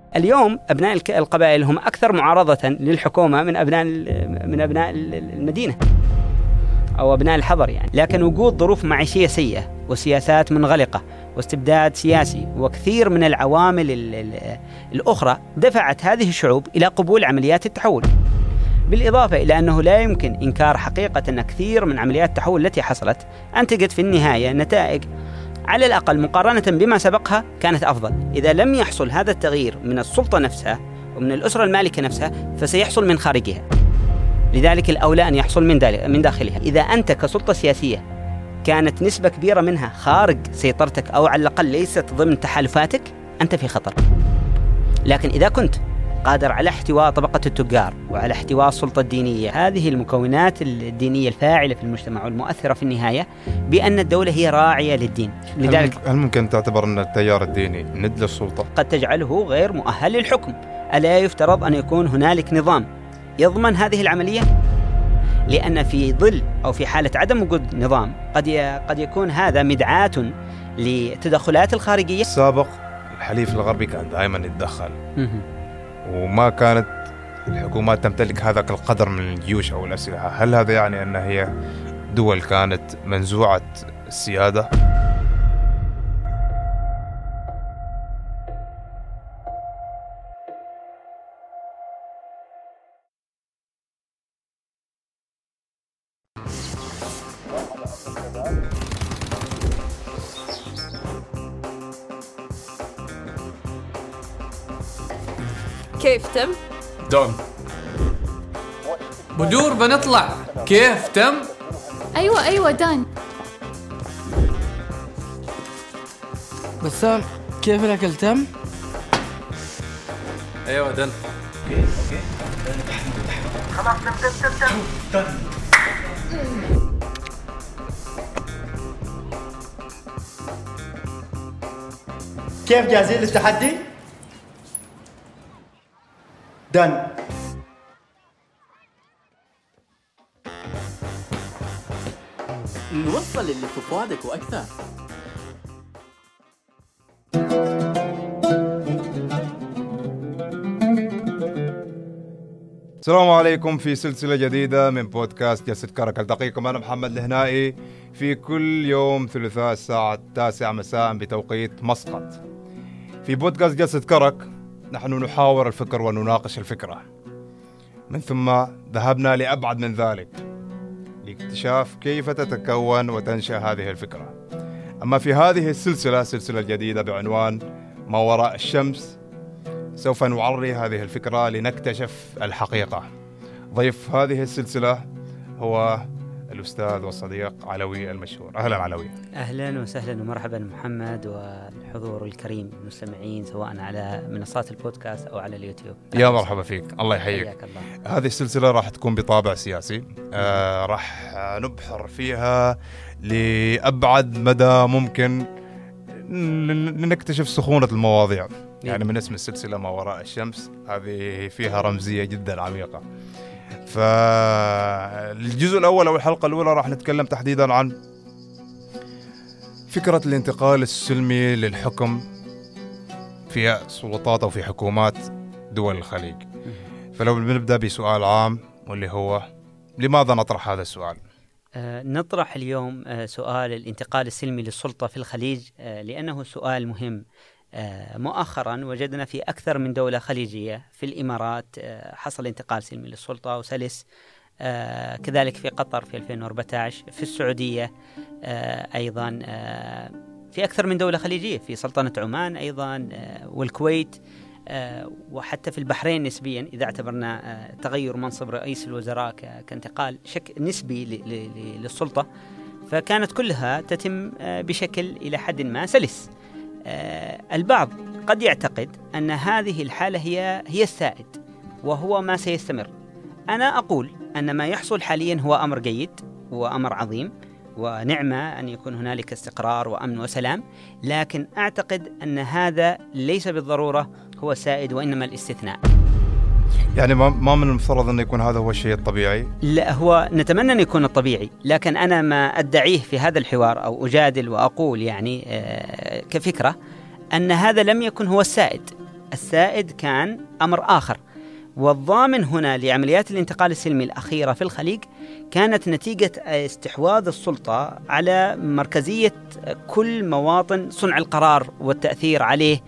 اليوم أبناء القبائل هم أكثر معارضة للحكومة من أبناء المدينة أو أبناء الحضر يعني. لكن وجود ظروف معيشية سيئة وسياسات منغلقة واستبداد سياسي وكثير من العوامل الأخرى دفعت هذه الشعوب إلى قبول عمليات التحول. بالإضافة إلى أنه لا يمكن إنكار حقيقة أن كثير من عمليات التحول التي حصلت أنتجت في النهاية نتائج على الأقل مقارنة بما سبقها كانت أفضل. إذا لم يحصل هذا التغيير من السلطة نفسها ومن الأسرة المالكة نفسها فسيحصل من خارجها، لذلك الأولى أن يحصل من داخلها. إذا أنت كسلطة سياسية كانت نسبة كبيرة منها خارج سيطرتك أو على الأقل ليست ضمن تحالفاتك أنت في خطر. لكن إذا كنت قادر على احتواء طبقة التجار وعلى احتواء السلطة الدينية، هذه المكونات الدينية الفاعلة في المجتمع والمؤثرة في النهاية بأن الدولة هي راعية للدين. لذلك هل ممكن تعتبر أن التيار الديني ند للسلطة؟ قد تجعله غير مؤهل للحكم. ألا يفترض أن يكون هنالك نظام يضمن هذه العملية؟ لأن في ظل أو في حالة عدم وجود نظام قد يكون هذا مدعاة للتدخلات الخارجية. السابق الحليف الغربي كان دائما يتدخل وما كانت الحكومات تمتلك هذا القدر من الجيوش أو الأسلحة. هل هذا يعني أن هي دول كانت منزوعة السيادة؟ كيف تم؟ دون بدور بنطلع. كيف تم؟ أيوة دان. بسام كيف الأكل تم؟ أيوة دن. خلاص تم. كيف جاهزين للتحدي؟ دن. نوصل اللي في فؤادك وأكثر. السلام عليكم في سلسلة جديدة من بودكاست جلسة كرك. التقيكم أنا محمد الهنائي في كل يوم ثلاثاء الساعة 9 مساء بتوقيت مسقط. في بودكاست جلسة كرك نحن نحاور الفكر ونناقش الفكرة، من ثم ذهبنا لأبعد من ذلك لاكتشاف كيف تتكون وتنشأ هذه الفكرة. أما في هذه السلسلة الجديدة بعنوان ما وراء الشمس سوف نعري هذه الفكرة لنكتشف الحقيقة. ضيف هذه السلسلة هو الأستاذ والصديق علوي المشهور. أهلا علوي. أهلا وسهلا ومرحبا محمد والحضور الكريم المستمعين سواء على منصات البودكاست أو على اليوتيوب. يا مرحبا فيك، الله يحييك. هذه السلسلة راح تكون بطابع سياسي، راح نبحر فيها لأبعد مدى ممكن لنكتشف سخونة المواضيع. يعني من اسم السلسلة ما وراء الشمس هذه فيها رمزية جدا عميقة. فالجزء الأول أو الحلقة الأولى راح نتكلم تحديدا عن فكرة الانتقال السلمي للحكم في سلطات أو في حكومات دول الخليج. فلو بنبدأ بسؤال عام واللي هو لماذا نطرح هذا السؤال؟ نطرح اليوم سؤال الانتقال السلمي للسلطة في الخليج لأنه سؤال مهم. مؤخرا وجدنا في أكثر من دولة خليجية، في الإمارات حصل انتقال سلمي للسلطة وسلس، كذلك في قطر في 2014، في السعودية أيضا، في أكثر من دولة خليجية، في سلطنة عمان أيضا والكويت، وحتى في البحرين نسبيا إذا اعتبرنا تغير منصب رئيس الوزراء كانتقال نسبي للسلطة، فكانت كلها تتم بشكل إلى حد ما سلس. البعض قد يعتقد أن هذه الحالة هي السائد وهو ما سيستمر. أنا أقول أن ما يحصل حاليا هو أمر جيد وأمر عظيم ونعمة أن يكون هنالك استقرار وأمن وسلام، لكن أعتقد أن هذا ليس بالضرورة هو السائد وإنما الاستثناء. يعني ما من المفترض أن يكون هذا هو الشيء الطبيعي؟ لا، هو نتمنى أن يكون الطبيعي، لكن أنا ما أدعيه في هذا الحوار أو أجادل وأقول يعني كفكرة أن هذا لم يكن هو السائد، السائد كان أمر آخر. والضامن هنا لعمليات الانتقال السلمي الأخيرة في الخليج كانت نتيجة استحواذ السلطة على مركزية كل مواطن صنع القرار والتأثير عليه،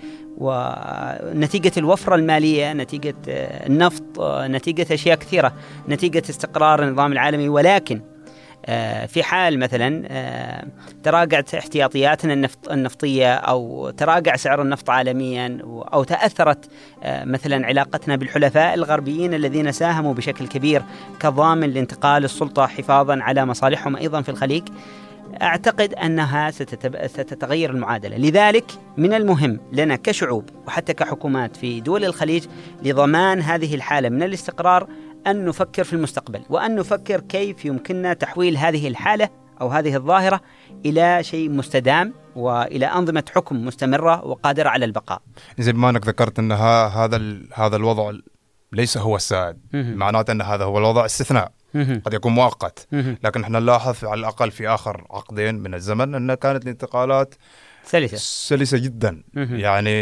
ونتيجة الوفرة المالية، نتيجة النفط، نتيجة أشياء كثيرة، نتيجة استقرار النظام العالمي. ولكن في حال مثلا تراجعت احتياطياتنا النفطية أو تراجع سعر النفط عالميا أو تأثرت مثلا علاقتنا بالحلفاء الغربيين الذين ساهموا بشكل كبير كضامن لانتقال السلطة حفاظا على مصالحهم أيضا في الخليج، أعتقد أنها ستتغير المعادلة. لذلك من المهم لنا كشعوب وحتى كحكومات في دول الخليج لضمان هذه الحالة من الاستقرار أن نفكر في المستقبل، وأن نفكر كيف يمكننا تحويل هذه الحالة أو هذه الظاهرة إلى شيء مستدام وإلى أنظمة حكم مستمرة وقادرة على البقاء. زي ما أنك ذكرت أن هذا الوضع ليس هو السائد، معناته أن هذا هو الوضع استثناء قد يكون مؤقت، لكن احنا نلاحظ على الأقل في آخر عقدين من الزمن أن كانت الانتقالات سلسة جدا، يعني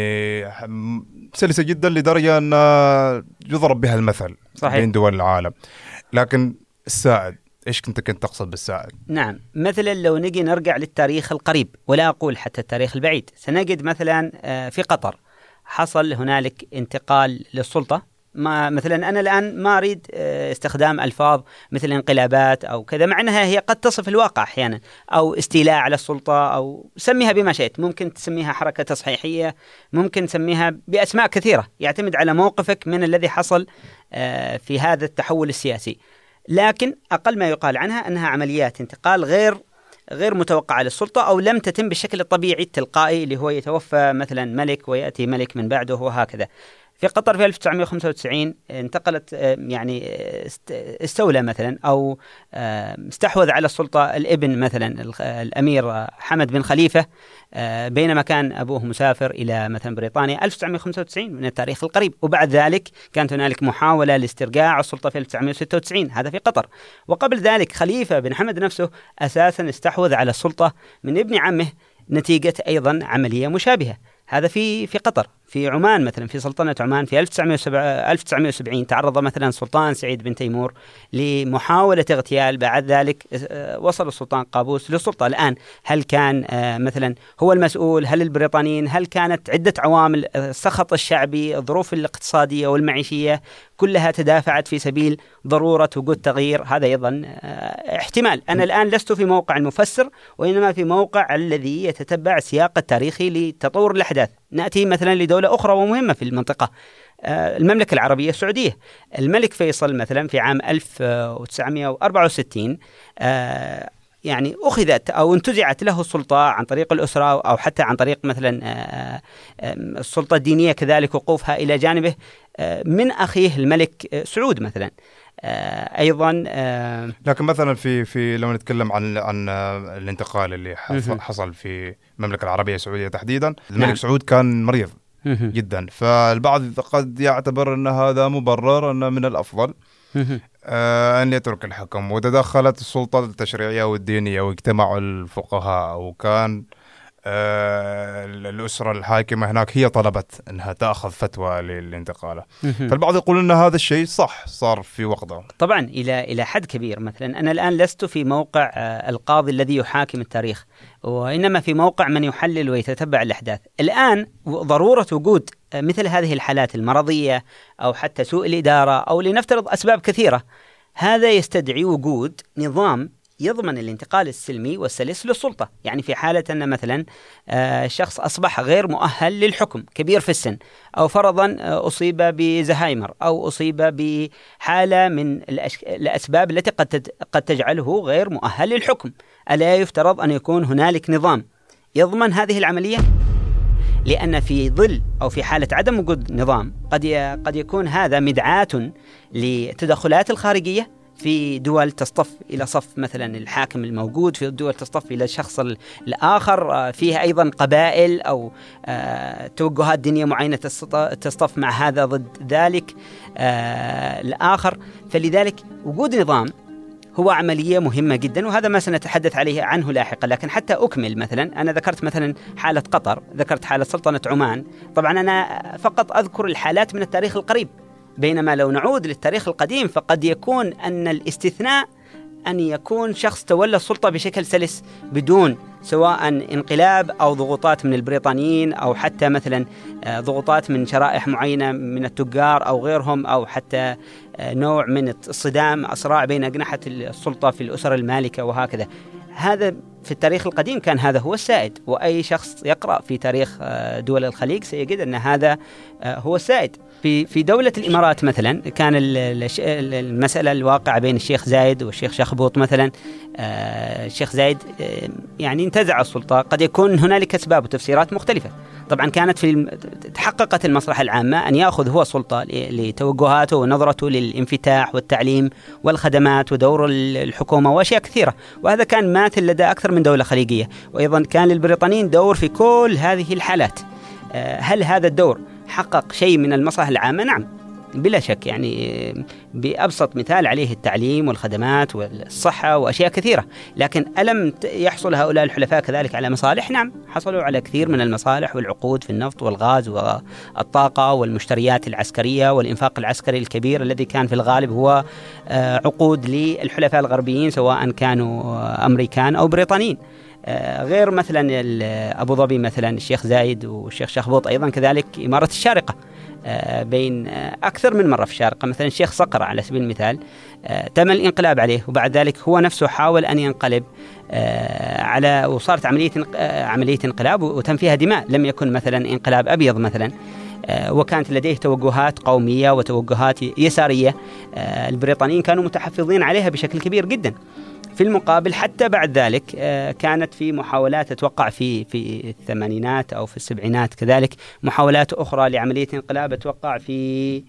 سلسة جدا لدرجة أن يضرب بها المثل بين دول العالم. لكن السائد إيش كنت تقصد بالسائد؟ نعم، مثلا لو نجي نرجع للتاريخ القريب ولا أقول حتى التاريخ البعيد، سنجد مثلا في قطر حصل هنالك انتقال للسلطة. مثلا أنا الآن ما أريد استخدام ألفاظ مثل انقلابات أو كذا، مع أنها هي قد تصف الواقع أحيانا، أو استيلاء على السلطة، أو سميها بما شئت. ممكن تسميها حركة تصحيحية، ممكن تسميها بأسماء كثيرة، يعتمد على موقفك من الذي حصل في هذا التحول السياسي. لكن أقل ما يقال عنها أنها عمليات انتقال غير متوقعة للسلطة، أو لم تتم بالشكل الطبيعي التلقائي اللي هو يتوفى مثلا ملك ويأتي ملك من بعده وهكذا. في قطر في 1995 انتقلت، يعني استولى مثلا أو استحوذ على السلطة الابن مثلا الأمير حمد بن خليفة، بينما كان أبوه مسافر إلى مثلا بريطانيا 1995 من التاريخ القريب. وبعد ذلك كانت هنالك محاولة لاسترجاع السلطة في 1996، هذا في قطر. وقبل ذلك خليفة بن حمد نفسه أساسا استحوذ على السلطة من ابن عمه نتيجة أيضا عملية مشابهة. هذا في قطر. في عمان مثلا، في سلطنة عمان في 1970 تعرض مثلا سلطان سعيد بن تيمور لمحاولة اغتيال. بعد ذلك وصل السلطان قابوس للسلطة. الآن هل كان مثلا هو المسؤول؟ هل البريطانيين؟ هل كانت عدة عوامل، السخط الشعبي، الظروف الاقتصادية والمعيشية، كلها تدافعت في سبيل ضرورة وجود تغيير؟ هذا أيضا احتمال. أنا الآن لست في موقع المفسر، وإنما في موقع الذي يتتبع السياق التاريخي لتطور الأحداث. نأتي مثلا لدولة أخرى ومهمة في المنطقة، المملكة العربية السعودية. الملك فيصل مثلا في عام 1964 يعني أخذت أو انتزعت له السلطة عن طريق الأسرة، أو حتى عن طريق مثلا السلطة الدينية كذلك وقوفها إلى جانبه من أخيه الملك سعود مثلا أيضا. لكن مثلا في لما نتكلم عن الانتقال اللي حصل في المملكة العربية السعودية تحديدا، الملك سعود كان مريض جدا، فالبعض قد يعتبر أن هذا مبرر، أن من الأفضل أن يترك الحكم. وتدخلت السلطة التشريعية والدينية واجتمعوا الفقهاء، وكان الأسرة الحاكمة هناك هي طلبت أنها تأخذ فتوى للانتقال. فالبعض يقول أن هذا الشيء صح صار في وقته. طبعا إلى حد كبير. مثلا أنا الآن لست في موقع القاضي الذي يحاكم التاريخ، وإنما في موقع من يحلل ويتتبع الأحداث. الآن ضرورة وجود مثل هذه الحالات المرضية أو حتى سوء الإدارة أو لنفترض أسباب كثيرة، هذا يستدعي وجود نظام يضمن الانتقال السلمي والسلس للسلطة. يعني في حالة أن مثلا شخص أصبح غير مؤهل للحكم، كبير في السن، أو فرضا أصيب بزهايمر، أو أصيب بحالة من الأسباب التي قد تجعله غير مؤهل للحكم، ألا يفترض أن يكون هنالك نظام يضمن هذه العملية؟ لأن في ظل أو في حالة عدم وجود نظام قد يكون هذا مدعاة للتدخلات الخارجية في دول تصطف إلى صف مثلا الحاكم الموجود، في دول تصطف إلى الشخص الآخر، فيها أيضا قبائل أو توجهات دينية معينة تصطف مع هذا ضد ذلك الآخر. فلذلك وجود نظام هو عملية مهمة جدا، وهذا ما سنتحدث عليه عنه لاحقا. لكن حتى أكمل، مثلا أنا ذكرت مثلا حالة قطر، ذكرت حالة سلطنة عمان. طبعا أنا فقط أذكر الحالات من التاريخ القريب، بينما لو نعود للتاريخ القديم فقد يكون أن الاستثناء أن يكون شخص تولى السلطة بشكل سلس بدون سواء انقلاب أو ضغوطات من البريطانيين، أو حتى مثلا ضغوطات من شرائح معينة من التجار أو غيرهم، أو حتى نوع من الصدام، أصراع بين أجنحة السلطة في الأسر المالكة وهكذا. هذا في التاريخ القديم كان هذا هو السائد، وأي شخص يقرأ في تاريخ دول الخليج سيجد أن هذا هو السائد. في دولة الإمارات مثلا كان المسألة الواقعة بين الشيخ زايد والشيخ شخبوط مثلا. الشيخ زايد يعني انتزع السلطة، قد يكون هنالك أسباب وتفسيرات مختلفة. طبعا كانت تحققت المصلحة العامة أن يأخذ هو السلطة لتوجهاته ونظرته للانفتاح والتعليم والخدمات ودور الحكومة وأشياء كثيرة، وهذا كان ماثل لدى أكثر من دولة خليجية. وأيضا كان للبريطانيين دور في كل هذه الحالات. هل هذا الدور حقق شيء من المصلحة العامة؟ نعم بلا شك. يعني بأبسط مثال عليه التعليم والخدمات والصحة وأشياء كثيرة. لكن ألم يحصل هؤلاء الحلفاء كذلك على مصالح؟ نعم، حصلوا على كثير من المصالح والعقود في النفط والغاز والطاقة والمشتريات العسكرية والإنفاق العسكري الكبير الذي كان في الغالب هو عقود للحلفاء الغربيين سواء كانوا أمريكان أو بريطانيين. غير مثلا أبو ظبي مثلا الشيخ زايد والشيخ شخبوط أيضا كذلك إمارة الشارقة بين أكثر من مرة في الشارقة. مثلا الشيخ صقر على سبيل المثال تم الانقلاب عليه، وبعد ذلك هو نفسه حاول أن ينقلب وصارت عملية انقلاب وتم فيها دماء، لم يكن مثلا انقلاب أبيض مثلا. وكانت لديه توجهات قومية وتوجهات يسارية، البريطانيين كانوا متحفظين عليها بشكل كبير جدا. في المقابل حتى بعد ذلك كانت في محاولات أتوقع في الثمانينات أو في السبعينات كذلك محاولات أخرى لعملية انقلاب. أتوقع في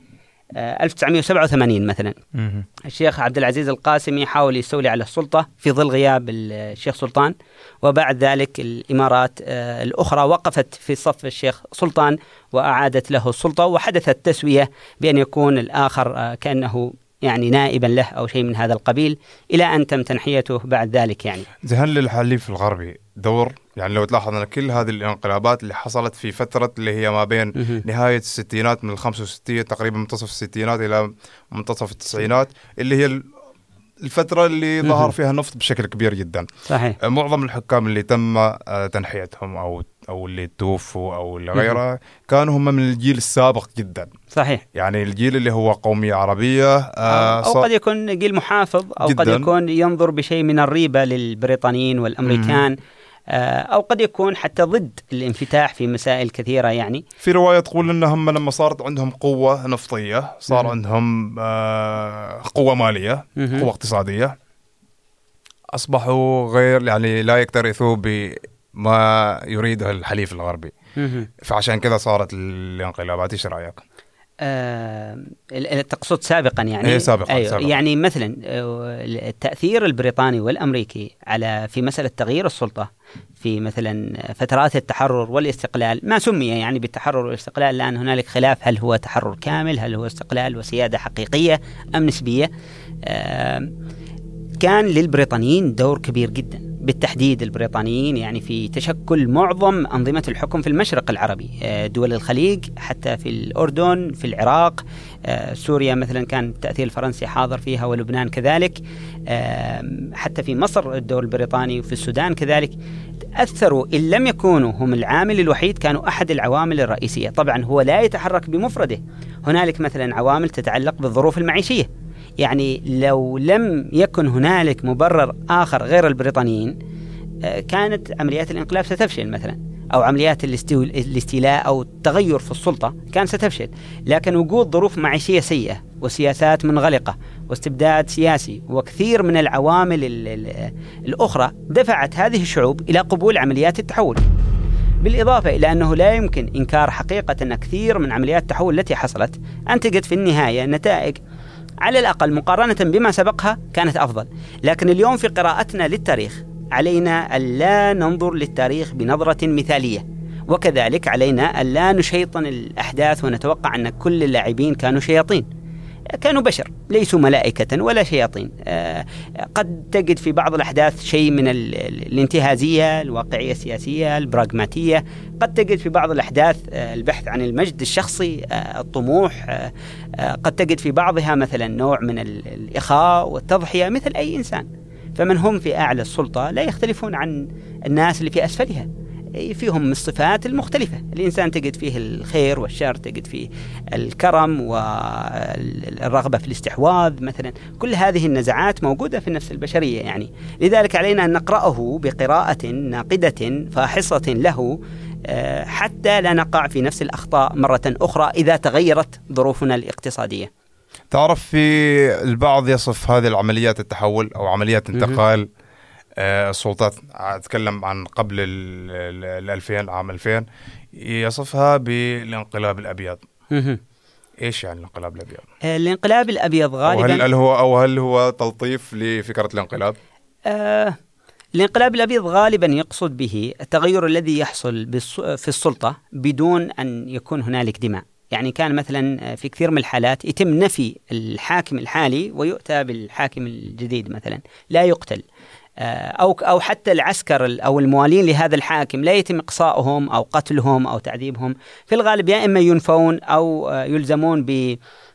1987 مثلا الشيخ عبد العزيز القاسمي حاول يستولي على السلطة في ظل غياب الشيخ سلطان، وبعد ذلك الإمارات الأخرى وقفت في صف الشيخ سلطان وأعادت له السلطة، وحدثت تسوية بأن يكون الآخر كأنه يعني نائبا له أو شيء من هذا القبيل، إلى أن تم تنحيته بعد ذلك. يعني هل للحليف الغربي دور؟ يعني لو تلاحظ أن كل هذه الانقلابات اللي حصلت في فترة اللي هي ما بين نهاية الستينات من 65 تقريبا منتصف الستينات إلى منتصف التسعينات اللي هي الفترة اللي ظهر فيها النفط بشكل كبير جدا. صحيح. معظم الحكام اللي تم تنحيتهم أو اللي توفوا أو اللي غيره كانوا هم من الجيل السابق جدا. صحيح. يعني الجيل اللي هو قومية عربية أو قد يكون جيل محافظ أو جداً. قد يكون ينظر بشيء من الريبة للبريطانيين والأمريكان أو قد يكون حتى ضد الانفتاح في مسائل كثيرة. يعني في رواية تقول أنهم لما صارت عندهم قوة نفطية صار عندهم قوة مالية قوة اقتصادية، أصبحوا غير يعني لا يكترثوا بما يريده الحليف الغربي. فعشان كذا صارت الانقلابات. إيش رأيك؟ تقصد سابقا يعني؟ سابقا. يعني مثلا التأثير البريطاني والأمريكي في مسألة تغيير السلطة في مثلا فترات التحرر والاستقلال، ما سمي يعني بالتحرر والاستقلال لأن هنالك خلاف هل هو تحرر كامل، هل هو استقلال وسيادة حقيقية أم نسبية. كان للبريطانيين دور كبير جدا، بالتحديد البريطانيين يعني في تشكل معظم أنظمة الحكم في المشرق العربي، دول الخليج، حتى في الأردن، في العراق، سوريا مثلا كان التأثير الفرنسي حاضر فيها، ولبنان كذلك، حتى في مصر الدور البريطاني، وفي السودان كذلك. تأثروا إن لم يكونوا هم العامل الوحيد كانوا أحد العوامل الرئيسية. طبعا هو لا يتحرك بمفرده، هنالك مثلا عوامل تتعلق بالظروف المعيشية. يعني لو لم يكن هنالك مبرر آخر غير البريطانيين كانت عمليات الانقلاب ستفشل مثلا، أو عمليات الاستيلاء أو التغير في السلطة كان ستفشل. لكن وجود ظروف معيشية سيئة وسياسات منغلقة واستبداد سياسي وكثير من العوامل الأخرى دفعت هذه الشعوب إلى قبول عمليات التحول. بالإضافة إلى أنه لا يمكن إنكار حقيقة أن كثير من عمليات التحول التي حصلت أنتجت في النهاية نتائج على الأقل مقارنة بما سبقها كانت أفضل. لكن اليوم في قراءتنا للتاريخ علينا ألا ننظر للتاريخ بنظرة مثالية، وكذلك علينا ألا نشيطن الأحداث ونتوقع أن كل اللاعبين كانوا شياطين. كانوا بشر ليسوا ملائكة ولا شياطين. قد تجد في بعض الأحداث شيء من الانتهازية، الواقعية السياسية، البراغماتية. قد تجد في بعض الأحداث البحث عن المجد الشخصي، الطموح. قد تجد في بعضها مثلا نوع من الإخاء والتضحية مثل أي إنسان. فمن هم في أعلى السلطة لا يختلفون عن الناس اللي في أسفلها، فيهم الصفات المختلفة. الإنسان تجد فيه الخير والشر، تجد فيه الكرم والرغبة في الاستحواذ مثلا. كل هذه النزعات موجودة في النفس البشرية يعني. لذلك علينا أن نقرأه بقراءة ناقدة فاحصة له، حتى لا نقع في نفس الأخطاء مرة أخرى إذا تغيرت ظروفنا الاقتصادية. تعرف في البعض يصف هذه العمليات التحول أو عمليات انتقال السلطات، أتكلم عن قبل 2000 عام 2000، يصفها بالانقلاب الأبيض. إيش يعني الانقلاب الأبيض؟ الانقلاب الأبيض غالبا هل هو تلطيف لفكرة الانقلاب؟ الانقلاب الأبيض غالبا يقصد به التغير الذي يحصل في السلطة بدون أن يكون هنالك دماء. يعني كان مثلا في كثير من الحالات يتم نفي الحاكم الحالي ويؤتى بالحاكم الجديد مثلا، لا يقتل، أو حتى العسكر أو الموالين لهذا الحاكم لا يتم إقصاؤهم أو قتلهم أو تعذيبهم. في الغالب يا إما ينفون أو يلزمون ب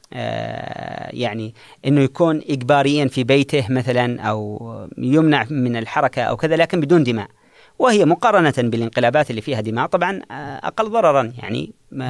يعني إنه يكون إجباريا في بيته مثلا، أو يمنع من الحركة أو كذا، لكن بدون دماء. وهي مقارنة بالانقلابات اللي فيها دماء طبعا أقل ضررا يعني.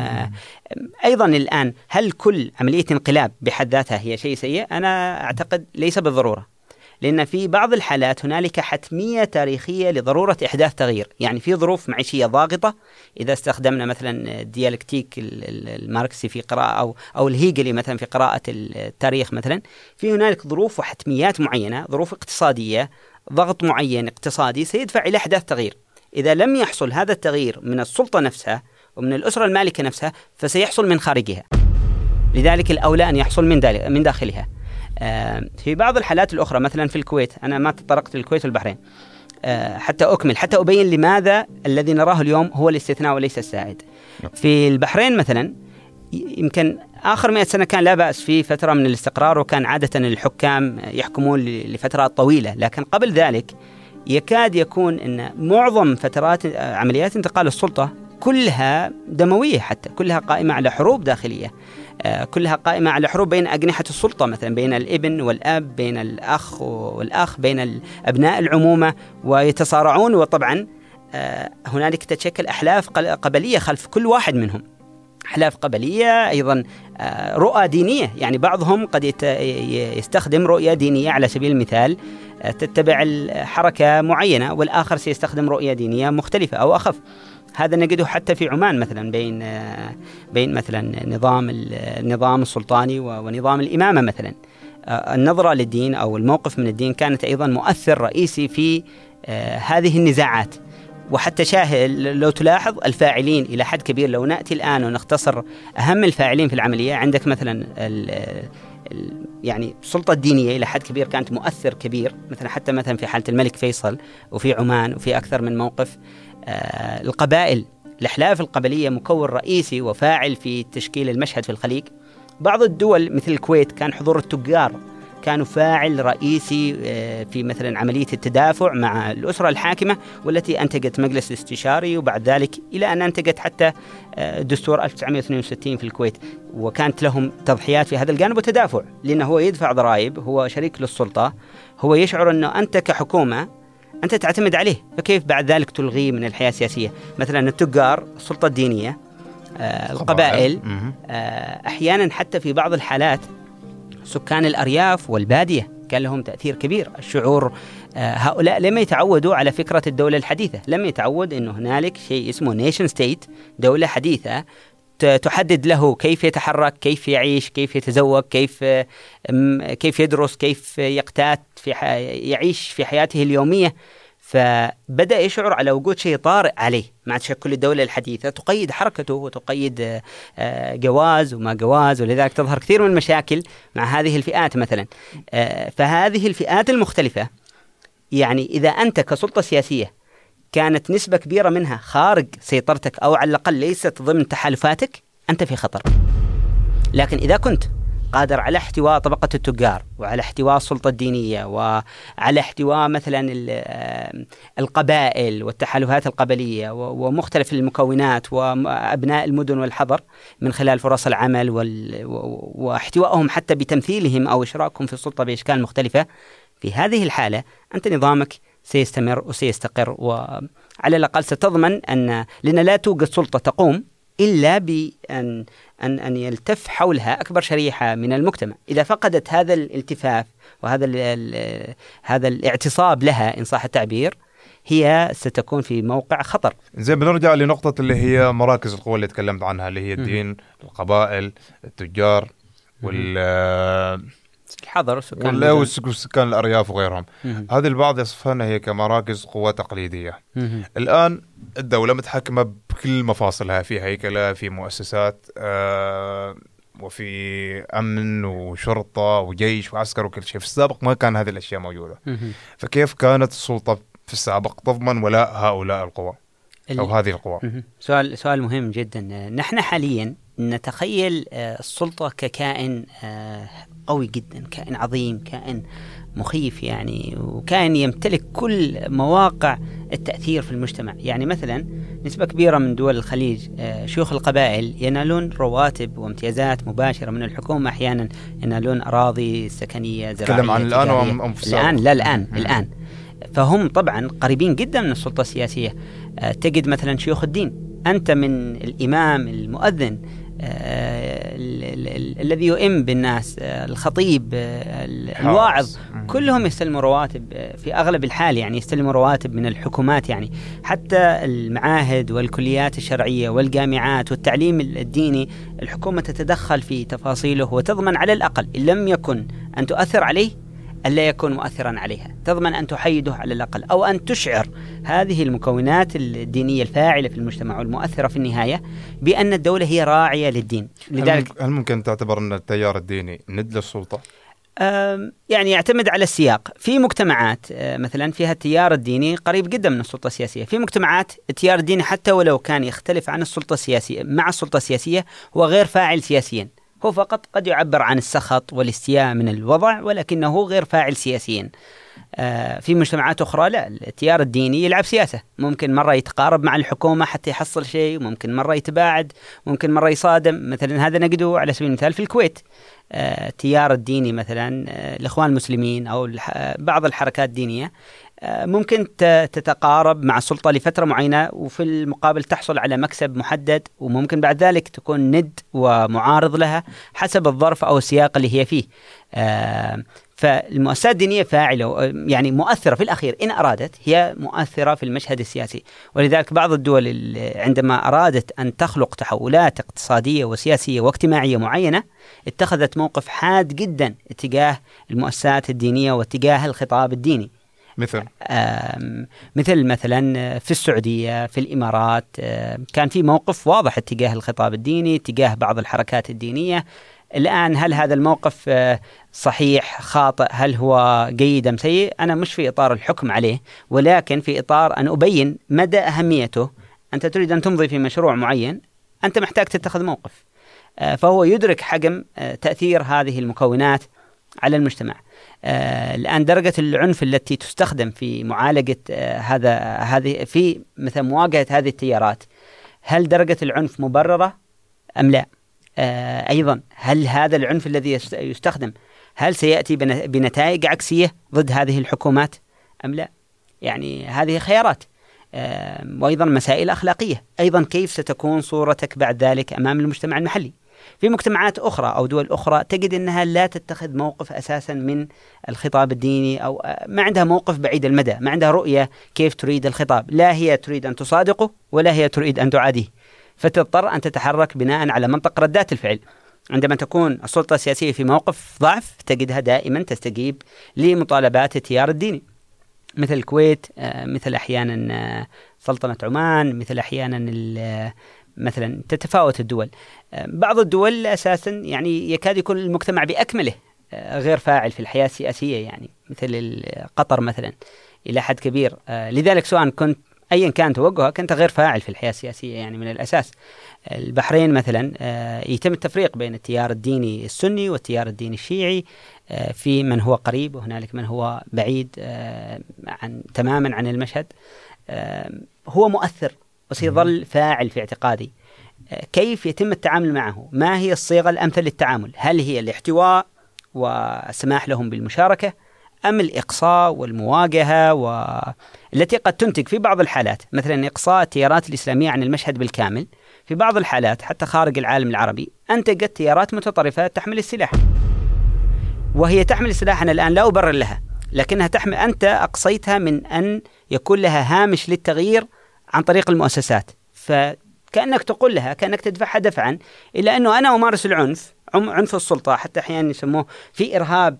أيضا الآن هل كل عملية انقلاب بحد ذاتها هي شيء سيء؟ أنا أعتقد ليس بالضرورة، لأن في بعض الحالات هنالك حتمية تاريخية لضرورة إحداث تغيير. يعني في ظروف معيشية ضاغطة، إذا استخدمنا مثلا الديالكتيك الماركسي في قراءة أو الهيجلي مثلا في قراءة التاريخ مثلا، في هنالك ظروف وحتميات معينة، ظروف اقتصادية، ضغط معين اقتصادي سيدفع إلى إحداث تغيير. إذا لم يحصل هذا التغيير من السلطة نفسها ومن الأسرة المالكة نفسها، فسيحصل من خارجها. لذلك الأولى أن يحصل من داخلها. في بعض الحالات الأخرى مثلا في الكويت، أنا ما تطرقت للكويت والبحرين حتى أبين لماذا الذي نراه اليوم هو الاستثناء وليس السائد. في البحرين مثلا يمكن آخر 100 سنة كان لا بأس في فترة من الاستقرار، وكان عادة الحكام يحكمون لفترات طويلة. لكن قبل ذلك يكاد يكون أن معظم فترات عمليات انتقال السلطة كلها دموية، حتى كلها قائمة على حروب داخلية، كلها قائمة على حروب بين أجنحة السلطة، مثلا بين الابن والأب، بين الأخ والأخ، بين أبناء العمومة، ويتصارعون. وطبعا هنالك تتشكل أحلاف قبلية خلف كل واحد منهم، أحلاف قبلية أيضا، رؤى دينية. يعني بعضهم قد يستخدم رؤية دينية على سبيل المثال تتبع الحركة معينة، والآخر سيستخدم رؤية دينية مختلفة أو أخف. هذا نجده حتى في عمان مثلا بين مثلا النظام السلطاني ونظام الإمامة مثلا. النظرة للدين أو الموقف من الدين كانت أيضا مؤثر رئيسي في هذه النزاعات. وحتى شاهد لو تلاحظ الفاعلين إلى حد كبير، لو نأتي الآن ونختصر أهم الفاعلين في العملية، عندك مثلا يعني السلطة الدينية إلى حد كبير كانت مؤثر كبير، حتى مثلا في حالة الملك فيصل وفي عمان وفي أكثر من موقف. القبائل، الأحلاف القبلية مكون رئيسي وفاعل في تشكيل المشهد في الخليج. بعض الدول مثل الكويت كان حضور التجار كانوا فاعل رئيسي في مثلا عملية التدافع مع الأسرة الحاكمة، والتي أنتجت مجلس الاستشاري، وبعد ذلك إلى أن أنتجت حتى دستور 1962 في الكويت. وكانت لهم تضحيات في هذا الجانب وتدافع، لأنه هو يدفع ضرائب، هو شريك للسلطة، هو يشعر أنه أنت كحكومة أنت تعتمد عليه، فكيف بعد ذلك تلغيه من الحياة السياسية؟ مثلا التجار، السلطة الدينية، القبائل، أحيانا حتى في بعض الحالات سكان الأرياف والبادية كان لهم تأثير كبير. الشعور هؤلاء لم يتعودوا على فكرة الدولة الحديثة، لم يتعود أنه هنالك شيء اسمه نيشن ستيت، دولة حديثة تحدد له كيف يتحرك، كيف يعيش، كيف يتزوج، كيف يدرس، كيف يقتات، يعيش في حياته اليومية. فبدأ يشعر على وجود شيء طارئ عليه مع تشكل الدولة الحديثة، تقيد حركته وتقيد جواز وما جواز، ولذلك تظهر كثير من المشاكل مع هذه الفئات مثلا. فهذه الفئات المختلفة، يعني إذا أنت كسلطة سياسية كانت نسبة كبيرة منها خارج سيطرتك أو على الأقل ليست ضمن تحالفاتك، أنت في خطر. لكن إذا كنت قادر على احتواء طبقة التجار وعلى احتواء السلطة الدينية وعلى احتواء مثلا القبائل والتحالفات القبلية ومختلف المكونات وأبناء المدن والحضر من خلال فرص العمل واحتوائهم حتى بتمثيلهم أو إشراكهم في السلطة بأشكال مختلفة، في هذه الحالة أنت نظامك سيستمر وسيستقر، وعلى الأقل ستضمن لأن لا توجد سلطة تقوم إلا بأن أن يلتف حولها أكبر شريحة من المجتمع. إذا فقدت هذا الالتفاف وهذا هذا الاعتصاب لها إن صح التعبير، هي ستكون في موقع خطر. زين، بنرجع لنقطة اللي هي مراكز القوة اللي تكلمت عنها، اللي هي الدين، القبائل، التجار الحضر والسكان الأرياف وغيرهم. هذه البعض يصفها هي كمراكز قوة تقليدية. الآن الدولة متحكمة بكل مفاصلها، في هيكلة، في مؤسسات، وفي أمن وشرطة وجيش وعسكر وكل شيء. في السابق ما كان هذه الأشياء موجودة. فكيف كانت السلطة في السابق تضمن ولاء هؤلاء القوى أو هذه القوى؟ سؤال مهم جدا. نحن حاليا نتخيل السلطة ككائن قوي جدا، كائن عظيم، كائن مخيف يعني، وكائن يمتلك كل مواقع التأثير في المجتمع. يعني مثلا نسبة كبيرة من دول الخليج شيوخ القبائل ينالون رواتب وامتيازات مباشرة من الحكومة، أحيانا ينالون أراضي سكنية زراعية. تكلم عن الآن أم في السابق؟ الآن فهم طبعا قريبين جدا من السلطة السياسية. تجد مثلا شيوخ الدين، أنت من الإمام المؤذن الذي يؤم بالناس، الخطيب، الواعظ، كلهم يستلموا رواتب في أغلب الحال، يعني يستلموا رواتب من الحكومات. يعني حتى المعاهد والكليات الشرعية والجامعات والتعليم الديني الحكومة تتدخل في تفاصيله وتضمن على الأقل إن لم يكن أن تؤثر عليه ألا يكون مؤثرا عليها، تضمن أن تحيده على الأقل، أو أن تشعر هذه المكونات الدينية الفاعلة في المجتمع والمؤثرة في النهاية بأن الدولة هي راعية للدين. لذلك هل ممكن تعتبر أن التيار الديني ند للسلطة؟ يعني يعتمد على السياق. في مجتمعات مثلا فيها التيار الديني قريب جدا من السلطة السياسية، في مجتمعات التيار الديني حتى ولو كان يختلف عن السلطة السياسية مع السلطة السياسية هو غير فاعل سياسيا، هو فقط قد يعبر عن السخط والاستياء من الوضع ولكنه غير فاعل سياسيا. في مجتمعات أخرى لا، التيار الديني يلعب سياسة، ممكن مرة يتقارب مع الحكومة حتى يحصل شيء، ممكن مرة يتباعد، ممكن مرة يصادم. مثلا هذا نجده على سبيل المثال في الكويت، التيار الديني مثلا الإخوان المسلمين أو بعض الحركات الدينية ممكن تتقارب مع السلطة لفترة معينة وفي المقابل تحصل على مكسب محدد، وممكن بعد ذلك تكون ند ومعارض لها حسب الظرف أو السياق اللي هي فيه. فالمؤسسات الدينية فاعلة، يعني مؤثرة في الأخير، إن أرادت هي مؤثرة في المشهد السياسي. ولذلك بعض الدول عندما أرادت أن تخلق تحولات اقتصادية وسياسية واجتماعية معينة اتخذت موقف حاد جدا اتجاه المؤسسات الدينية واتجاه الخطاب الديني. مثلا في السعودية، في الإمارات، كان في موقف واضح اتجاه الخطاب الديني، اتجاه بعض الحركات الدينية. الآن هل هذا الموقف صحيح خاطئ، هل هو جيد أم سيء؟ أنا مش في إطار الحكم عليه، ولكن في إطار أن أبين مدى أهميته. أنت تريد أن تمضي في مشروع معين، أنت محتاج تتخذ موقف. فهو يدرك حجم تأثير هذه المكونات على المجتمع. الآن درجة العنف التي تستخدم في معالجة هذه في مثل مواجهة هذه التيارات، هل درجة العنف مبررة أم لا؟ أيضا هل هذا العنف الذي يستخدم هل سيأتي بنتائج عكسية ضد هذه الحكومات أم لا؟ يعني هذه خيارات. وأيضا مسائل أخلاقية، أيضا كيف ستكون صورتك بعد ذلك أمام المجتمع المحلي. في مجتمعات أخرى أو دول أخرى تجد أنها لا تتخذ موقف أساسا من الخطاب الديني، أو ما عندها موقف بعيد المدى، ما عندها رؤية كيف تريد الخطاب، لا هي تريد أن تصادقه ولا هي تريد أن تعاديه، فتضطر أن تتحرك بناء على منطق ردات الفعل. عندما تكون السلطة السياسية في موقف ضعف تجدها دائما تستجيب لمطالبات التيار الديني، مثل الكويت، مثل أحيانا سلطنة عمان، مثل أحيانا مثلا تتفاوت الدول. بعض الدول أساسا يعني يكاد يكون المجتمع بأكمله غير فاعل في الحياة السياسية، يعني مثل قطر مثلا إلى حد كبير. لذلك سواء كنت أيا كان توجهك أنت غير فاعل في الحياة السياسية يعني من الأساس. البحرين مثلا يتم التفريق بين التيار الديني السني والتيار الديني الشيعي، في من هو قريب وهنالك من هو بعيد تماما عن المشهد. هو مؤثر وسيظل فاعل في اعتقادي. كيف يتم التعامل معه؟ ما هي الصيغة الأمثل للتعامل؟ هل هي الاحتواء والسماح لهم بالمشاركة، أم الإقصاء والمواجهة التي قد تنتج في بعض الحالات مثلا إقصاء التيارات الإسلامية عن المشهد بالكامل، في بعض الحالات حتى خارج العالم العربي أنتجت تيارات متطرفة تحمل السلاح، وهي تحمل السلاح. أنا الآن لا أبرر لها، لكنها تحمل، أنت أقصيتها من أن يكون لها هامش للتغيير عن طريق المؤسسات، فكأنك تقول لها، كأنك تدفعها دفعا إلى أنه أنا أمارس العنف، عنف السلطة، حتى أحيانا يسموه في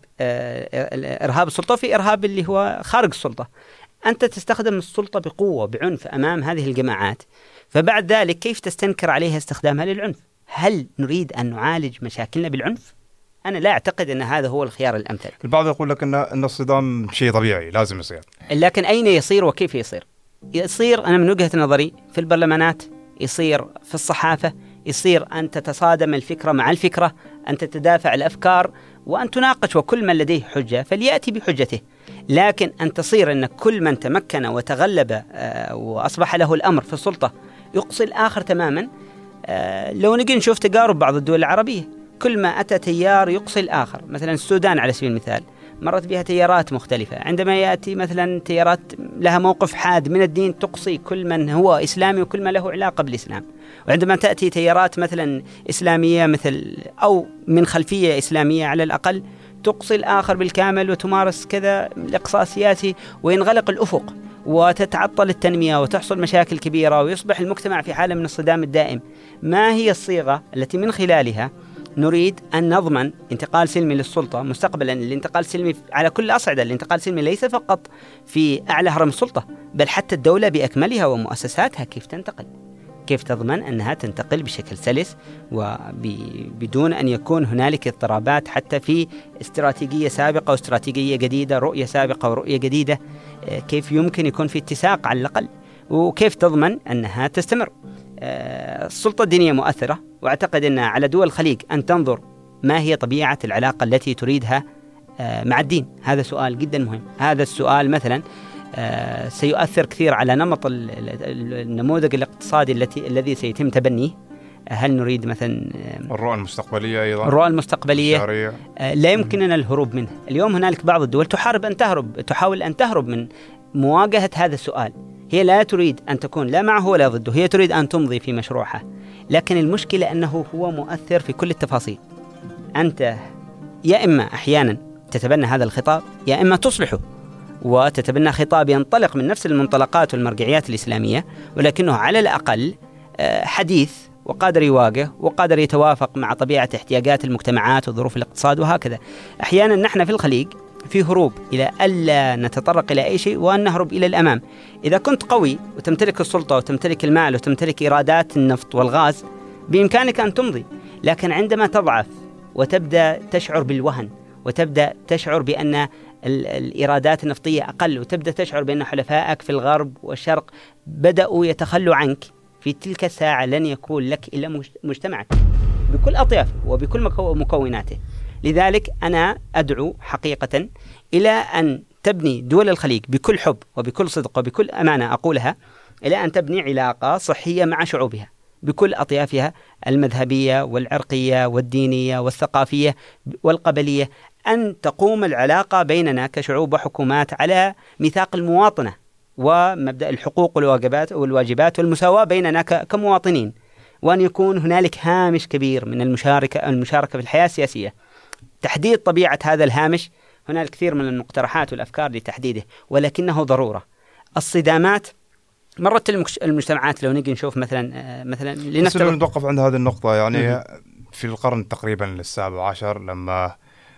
إرهاب السلطة وفي إرهاب اللي هو خارج السلطة. أنت تستخدم السلطة بقوة بعنف أمام هذه الجماعات، فبعد ذلك كيف تستنكر عليها استخدامها للعنف؟ هل نريد أن نعالج مشاكلنا بالعنف؟ أنا لا أعتقد أن هذا هو الخيار الأمثل. البعض يقول لك أن الصدام شيء طبيعي لازم يصير، لكن أين يصير وكيف يصير؟ يصير أنا من وجهة نظري في البرلمانات، يصير في الصحافة، يصير أن تتصادم الفكرة مع الفكرة، أن تتدافع الأفكار وأن تناقش، وكل من لديه حجة فليأتي بحجته. لكن أن تصير أن كل من تمكن وتغلب وأصبح له الأمر في السلطة يقصي الآخر تماما. لو نجي نشوف تجارب بعض الدول العربية، كل ما أتى تيار يقصي الآخر. مثلا السودان على سبيل المثال مرت بها تيارات مختلفة، عندما يأتي مثلا تيارات لها موقف حاد من الدين تقصي كل من هو إسلامي وكل ما له علاقة بالإسلام، وعندما تأتي تيارات مثلا إسلامية مثل أو من خلفية إسلامية على الأقل تقصي الآخر بالكامل وتمارس كذا الإقصاء السياسي، وينغلق الأفق وتتعطل التنمية وتحصل مشاكل كبيرة ويصبح المجتمع في حالة من الصدام الدائم. ما هي الصيغة التي من خلالها نريد أن نضمن انتقال سلمي للسلطة مستقبلا؟ الانتقال السلمي على كل أصعدة، الانتقال السلمي ليس فقط في أعلى هرم السلطة، بل حتى الدولة بأكملها ومؤسساتها كيف تنتقل، كيف تضمن أنها تنتقل بشكل سلس وبدون أن يكون هنالك اضطرابات حتى في استراتيجية سابقة واستراتيجية جديدة، رؤية سابقة ورؤية جديدة، كيف يمكن يكون في اتساق على الأقل، وكيف تضمن أنها تستمر. السلطة الدينية مؤثرة، وأعتقد أن على دول الخليج أن تنظر ما هي طبيعة العلاقة التي تريدها مع الدين. هذا سؤال جدا مهم. هذا السؤال مثلا سيؤثر كثير على نمط النموذج الاقتصادي الذي سيتم تبنيه. هل نريد مثلا الرؤى المستقبلية؟ أيضا الرؤى المستقبلية لا يمكننا الهروب منها. اليوم هنالك بعض الدول تحاول أن تهرب من مواجهة هذا السؤال. هي لا تريد أن تكون لا معه ولا ضده، هي تريد أن تمضي في مشروعها، لكن المشكلة أنه هو مؤثر في كل التفاصيل. أنت يا إما أحيانا تتبنى هذا الخطاب، يا إما تصلحه وتتبنى خطاب ينطلق من نفس المنطلقات والمرجعيات الإسلامية، ولكنه على الأقل حديث وقادر يواجه وقادر يتوافق مع طبيعة احتياجات المجتمعات وظروف الاقتصاد وهكذا. أحيانا نحن في الخليج في هروب إلى ألا نتطرق إلى أي شيء وأن نهرب إلى الأمام. إذا كنت قوي وتمتلك السلطة وتمتلك المال وتمتلك إيرادات النفط والغاز بإمكانك أن تمضي، لكن عندما تضعف وتبدأ تشعر بالوهن وتبدأ تشعر بأن الإيرادات النفطية أقل وتبدأ تشعر بأن حلفائك في الغرب والشرق بدأوا يتخلوا عنك، في تلك الساعة لن يكون لك إلا مجتمعك بكل أطيافه وبكل مكوناته. لذلك أنا أدعو حقيقة إلى أن تبني دول الخليج بكل حب وبكل صدق وبكل أمانة أقولها، إلى أن تبني علاقة صحية مع شعوبها بكل أطيافها المذهبية والعرقية والدينية والثقافية والقبلية، أن تقوم العلاقة بيننا كشعوب وحكومات على ميثاق المواطنة ومبدأ الحقوق والواجبات والمساواة بيننا كمواطنين، وأن يكون هنالك هامش كبير من المشاركة في الحياة السياسية. تحديد طبيعة هذا الهامش هنالك كثير من المقترحات والأفكار لتحديده، ولكنه ضرورة. الصدامات مرت المجتمعات، لو نجي نشوف مثلا لنفترض نتوقف عند هذه النقطة، يعني في القرن تقريبا 17 لما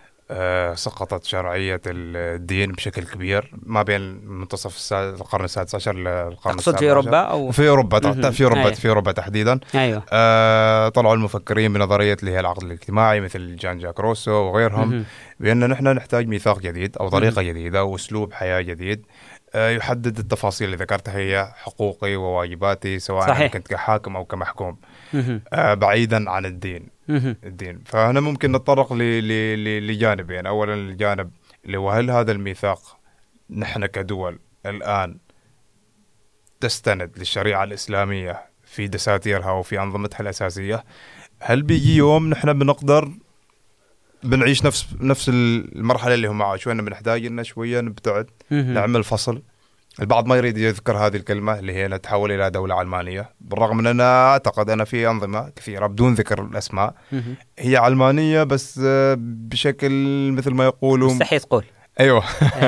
سقطت شرعية الدين بشكل كبير ما بين منتصف القرن 16 للقرن 17. في أوروبا أو في أوروبا تحديدا. أيوة. طلعوا المفكرين بنظرية اللي هي العقد الاجتماعي مثل جان جاك روسو وغيرهم، بأن نحن نحتاج ميثاق جديد أو طريقة جديدة وأسلوب حياة جديد يحدد التفاصيل اللي ذكرتها، هي حقوقي وواجباتي سواء أنا كنت كحاكم أو كمحكوم، بعيدا عن الدين. فهنا ممكن نتطرق لجانبين. أولا الجانب اللي هو هل هذا الميثاق نحن كدول الآن تستند للشريعة الإسلامية في دساتيرها وفي أنظمتها الأساسية؟ هل بيجي يوم نحن بنقدر بنعيش نفس المرحلة اللي هم عاشوا، أننا بنحتاج إننا شوية نبتعد، نعمل فصل؟ البعض ما يريد يذكر هذه الكلمة اللي هي نتحول إلى دولة علمانية، بالرغم من أنا أعتقد أنا في أنظمة كثيرة بدون ذكر الأسماء هي علمانية بس بشكل مثل ما يقولوا مستحيل تقول. أيوة.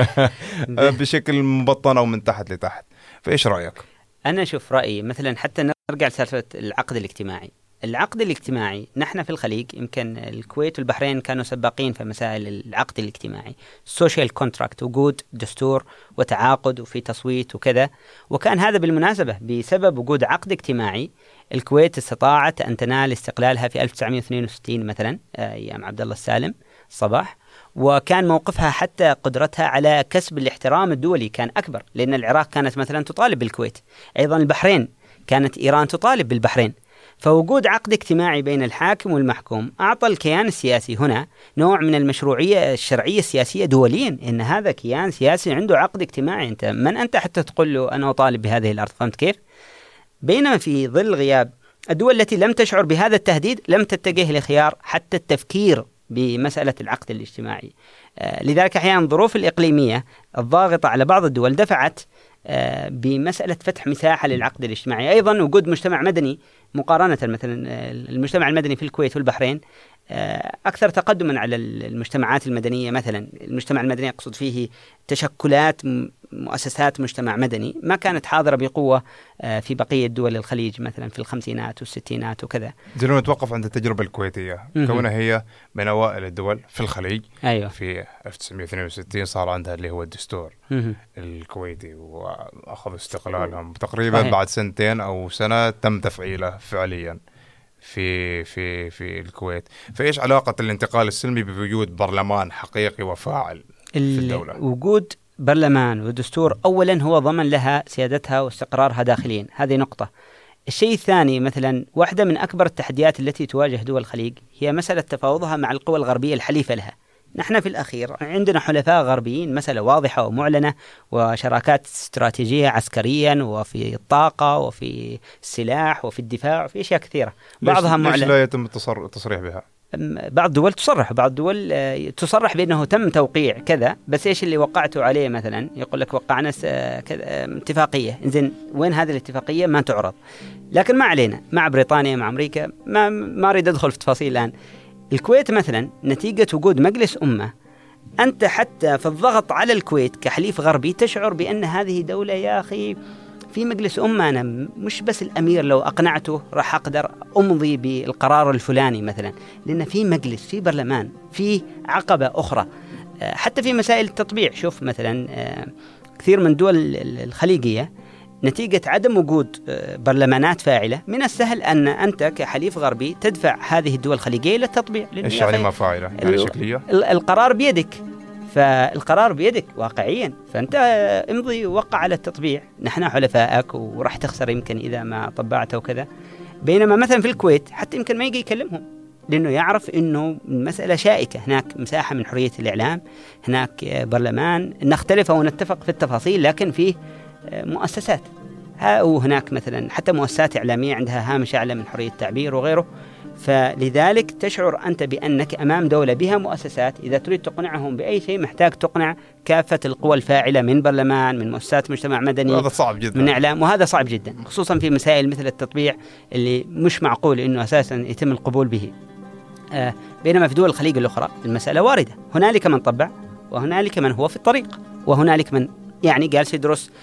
بشكل مبطن أو من تحت لتحت. فإيش رأيك؟ أنا أشوف رأيي مثلا حتى نرجع لسالفة العقد الاجتماعي. العقد الاجتماعي نحن في الخليج يمكن الكويت والبحرين كانوا سباقين في مسائل العقد الاجتماعي، سوشيال كونتراكت، وجود دستور وتعاقد وفي تصويت وكذا. وكان هذا بالمناسبة بسبب وجود عقد اجتماعي الكويت استطاعت أن تنال استقلالها في 1962 مثلا أيام عبد الله السالم الصباح، وكان موقفها حتى قدرتها على كسب الاحترام الدولي كان أكبر، لأن العراق كانت مثلا تطالب بالكويت، أيضا البحرين كانت إيران تطالب بالبحرين. فوجود عقد اجتماعي بين الحاكم والمحكوم أعطى الكيان السياسي هنا نوع من المشروعية الشرعية السياسية دوليا، إن هذا كيان سياسي عنده عقد اجتماعي، أنت من أنت حتى تقول له أنا أطالب بهذه الأرض؟ فهمت كيف؟ بينما في ظل غياب الدول التي لم تشعر بهذا التهديد لم تتجه لخيار حتى التفكير بمسألة العقد الاجتماعي. لذلك أحيانا الظروف الإقليمية الضاغطة على بعض الدول دفعت بمسألة فتح مساحة للعقد الاجتماعي. أيضا وجود مجتمع مدني مقارنة مثلا المجتمع المدني في الكويت والبحرين أكثر تقدما على المجتمعات المدنية. مثلا المجتمع المدني أقصد فيه تشكلات مؤسسات مجتمع مدني ما كانت حاضرة بقوة في بقية دول الخليج مثلا في الخمسينات والستينات وكذا. دلونا نتوقف عند التجربة الكويتية كونها هي من أوائل الدول في الخليج. أيوة. في 1962 صار عندها اللي هو الدستور الكويتي وأخذ استقلالهم تقريبا بعد سنتين أو سنة تم تفعيله فعليا في الكويت. فإيش علاقة الانتقال السلمي بوجود برلمان حقيقي وفاعل في الدولة؟ وجود برلمان ودستور أولا هو ضمن لها سيادتها واستقرارها داخليا، هذه نقطة. الشيء الثاني مثلا واحدة من أكبر التحديات التي تواجه دول الخليج هي مسألة تفاوضها مع القوى الغربية الحليفة لها. نحن في الأخير عندنا حلفاء غربيين، مسألة واضحة ومعلنة، وشراكات استراتيجية عسكريا وفي الطاقة وفي السلاح وفي الدفاع وفي أشياء كثيرة. بعضها معلن. ليش لا يتم التصريح بها؟ بعض الدول تصرح، بعض الدول تصرح بأنه تم توقيع كذا، بس إيش اللي وقعته عليه؟ مثلا يقول لك وقعنا اتفاقية، إنزين وين هذه الاتفاقية؟ ما تعرض. لكن ما علينا، مع بريطانيا مع أمريكا ما أريد أدخل في تفاصيل الآن. الكويت مثلا نتيجة وجود مجلس أمة، أنت حتى في الضغط على الكويت كحليف غربي تشعر بأن هذه دولة يا أخي في مجلس أمة، أنا مش بس الأمير لو أقنعته راح أقدر أمضي بالقرار الفلاني مثلا، لأن في مجلس، في برلمان، في عقبة أخرى. حتى في مسائل التطبيع، شوف مثلا كثير من دول الخليجية نتيجة عدم وجود برلمانات فاعلة من السهل أن أنت كحليف غربي تدفع هذه الدول الخليجية للتطبيع. إيش يعني ما فاعلة؟ يعني شكلية؟ القرار بيدك، فالقرار بيدك واقعيا، فأنت امضي ووقع على التطبيع، نحن حلفائك وراح تخسر يمكن إذا ما طبعته وكذا. بينما مثلا في الكويت حتى يمكن ما يجي يكلمهم، لأنه يعرف أنه المسألة شائكة، هناك مساحة من حرية الإعلام، هناك برلمان، نختلف ونتفق في التفاصيل لكن فيه مؤسسات، وهناك مثلا حتى مؤسسات إعلامية عندها هامش أعلى من حرية التعبير وغيره. فلذلك تشعر أنت بأنك أمام دولة بها مؤسسات، إذا تريد تقنعهم بأي شيء محتاج تقنع كافة القوى الفاعلة من برلمان، من مؤسسات مجتمع مدني، هذا صعب جدا، من إعلام، وهذا صعب جدا خصوصا في مسائل مثل التطبيع اللي مش معقول إنه أساسا يتم القبول به. بينما في دول الخليج الأخرى المسألة واردة، هنالك من طبع وهنالك من هو في الطريق وهنالك من يعني جالس يدرس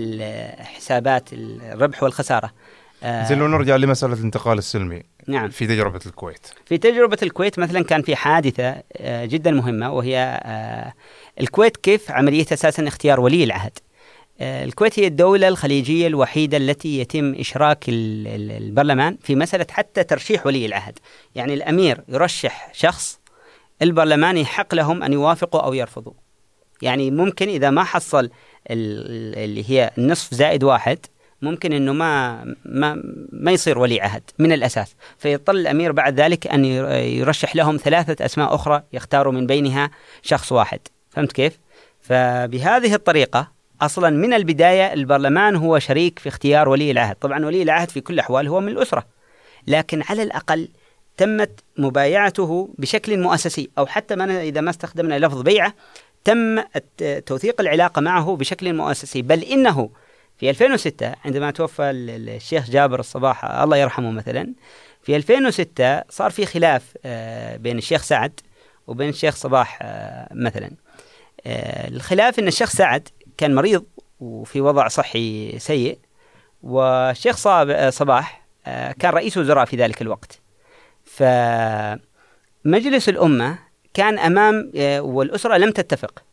الحسابات الربح والخسارة. زين لو نرجع لمسألة الانتقال السلمي. نعم. في تجربة الكويت. في تجربة الكويت مثلا كان في حادثة جدا مهمة، وهي الكويت كيف عملية أساسا اختيار ولي العهد. الكويت هي الدولة الخليجية الوحيدة التي يتم إشراك البرلمان في مسألة حتى ترشيح ولي العهد. يعني الأمير يرشح شخص، البرلمان يحق لهم أن يوافقوا أو يرفضوا. يعني ممكن إذا ما حصل اللي هي النصف زائد 1 ممكن إنه ما يصير ولي عهد من الأساس، فيضطر الأمير بعد ذلك أن يرشح لهم 3 أسماء أخرى يختاروا من بينها شخص واحد. فهمت كيف؟ فبهذه الطريقة أصلا من البداية البرلمان هو شريك في اختيار ولي العهد. طبعا ولي العهد في كل الأحوال هو من الأسرة، لكن على الأقل تمت مبايعته بشكل مؤسسي، أو حتى إذا ما استخدمنا لفظ بيعة، تم توثيق العلاقة معه بشكل مؤسسي. بل إنه في 2006 عندما توفى الشيخ جابر الصباح الله يرحمه مثلا، في 2006 صار في خلاف بين الشيخ سعد وبين الشيخ صباح مثلا. الخلاف إن الشيخ سعد كان مريض وفي وضع صحي سيء، والشيخ صباح كان رئيس وزراء في ذلك الوقت. فمجلس الأمة كان أمام والأسرة لم تتفق.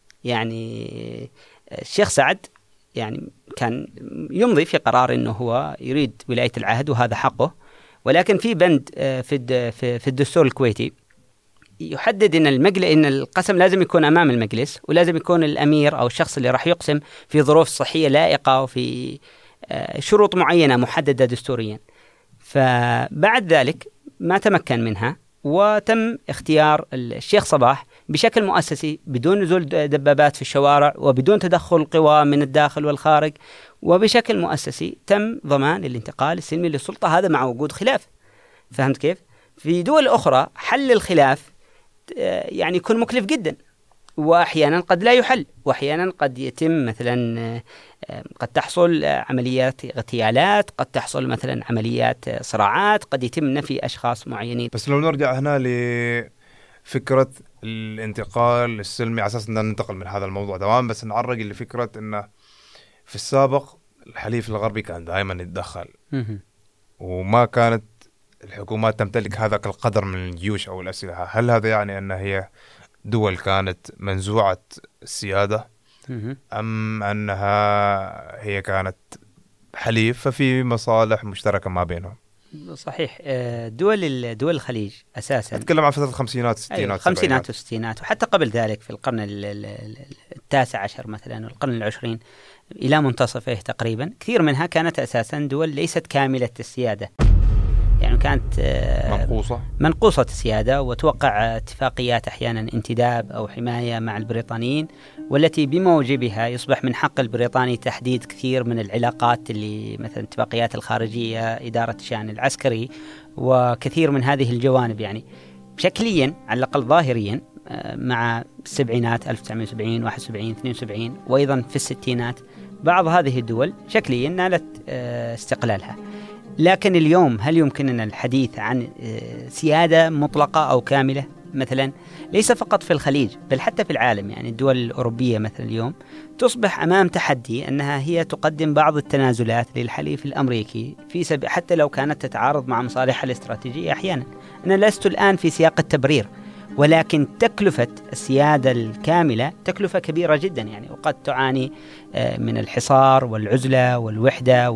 يعني الشيخ سعد يعني كان يمضي في قرار أنه هو يريد ولاية العهد وهذا حقه، ولكن في بند في الدستور الكويتي يحدد إن القسم لازم يكون أمام المجلس، ولازم يكون الأمير أو الشخص اللي راح يقسم في ظروف صحية لائقة وفي شروط معينة محددة دستوريا. فبعد ذلك ما تمكن منها، وتم اختيار الشيخ صباح بشكل مؤسسي بدون نزول دبابات في الشوارع وبدون تدخل قوى من الداخل والخارج، وبشكل مؤسسي تم ضمان الانتقال السلمي للسلطة، هذا مع وجود خلاف. فهمت كيف؟ في دول أخرى حل الخلاف يعني يكون مكلف جدا، وأحيانا قد لا يحل، وأحيانا قد يتم مثلا قد تحصل عمليات اغتيالات، قد تحصل مثلا عمليات صراعات، قد يتم نفي أشخاص معينين. بس لو نرجع هنا لفكرة الانتقال السلمي على أساس أن ننتقل من هذا الموضوع تمام، بس نعرق لفكرة أنه في السابق الحليف الغربي كان دائما يتدخل، وما كانت الحكومات تمتلك هذا القدر من الجيوش أو الأسلحة. هل هذا يعني أن هي دول كانت منزوعة السيادة، أم أنها هي كانت حليف ففي مصالح مشتركة ما بينهم؟ صحيح. دول الخليج أساسا أتكلم عن فترة الخمسينات الخمسينات والستينات، وحتى قبل ذلك في القرن 19 مثلا والقرن 20 إلى منتصفه تقريبا، كثير منها كانت أساسا دول ليست كاملة السيادة، يعني كانت منقوصة السيادة، وتوقع اتفاقيات أحيانا انتداب أو حماية مع البريطانيين، والتي بموجبها يصبح من حق البريطاني تحديد كثير من العلاقات اللي مثلا اتفاقيات الخارجية، إدارة الشأن العسكري، وكثير من هذه الجوانب. يعني شكليا على الأقل ظاهريا مع السبعينات 1970 71 72 وأيضا في الستينات بعض هذه الدول شكليا نالت استقلالها. لكن اليوم هل يمكننا الحديث عن سيادة مطلقة أو كاملة؟ مثلا ليس فقط في الخليج بل حتى في العالم. يعني الدول الأوروبية مثلا اليوم تصبح أمام تحدي أنها هي تقدم بعض التنازلات للحليف الأمريكي حتى لو كانت تتعارض مع مصالحها الاستراتيجية أحيانا. أنا لست الآن في سياق التبرير، ولكن تكلفة السيادة الكاملة تكلفة كبيرة جدا، يعني وقد تعاني من الحصار والعزلة والوحدة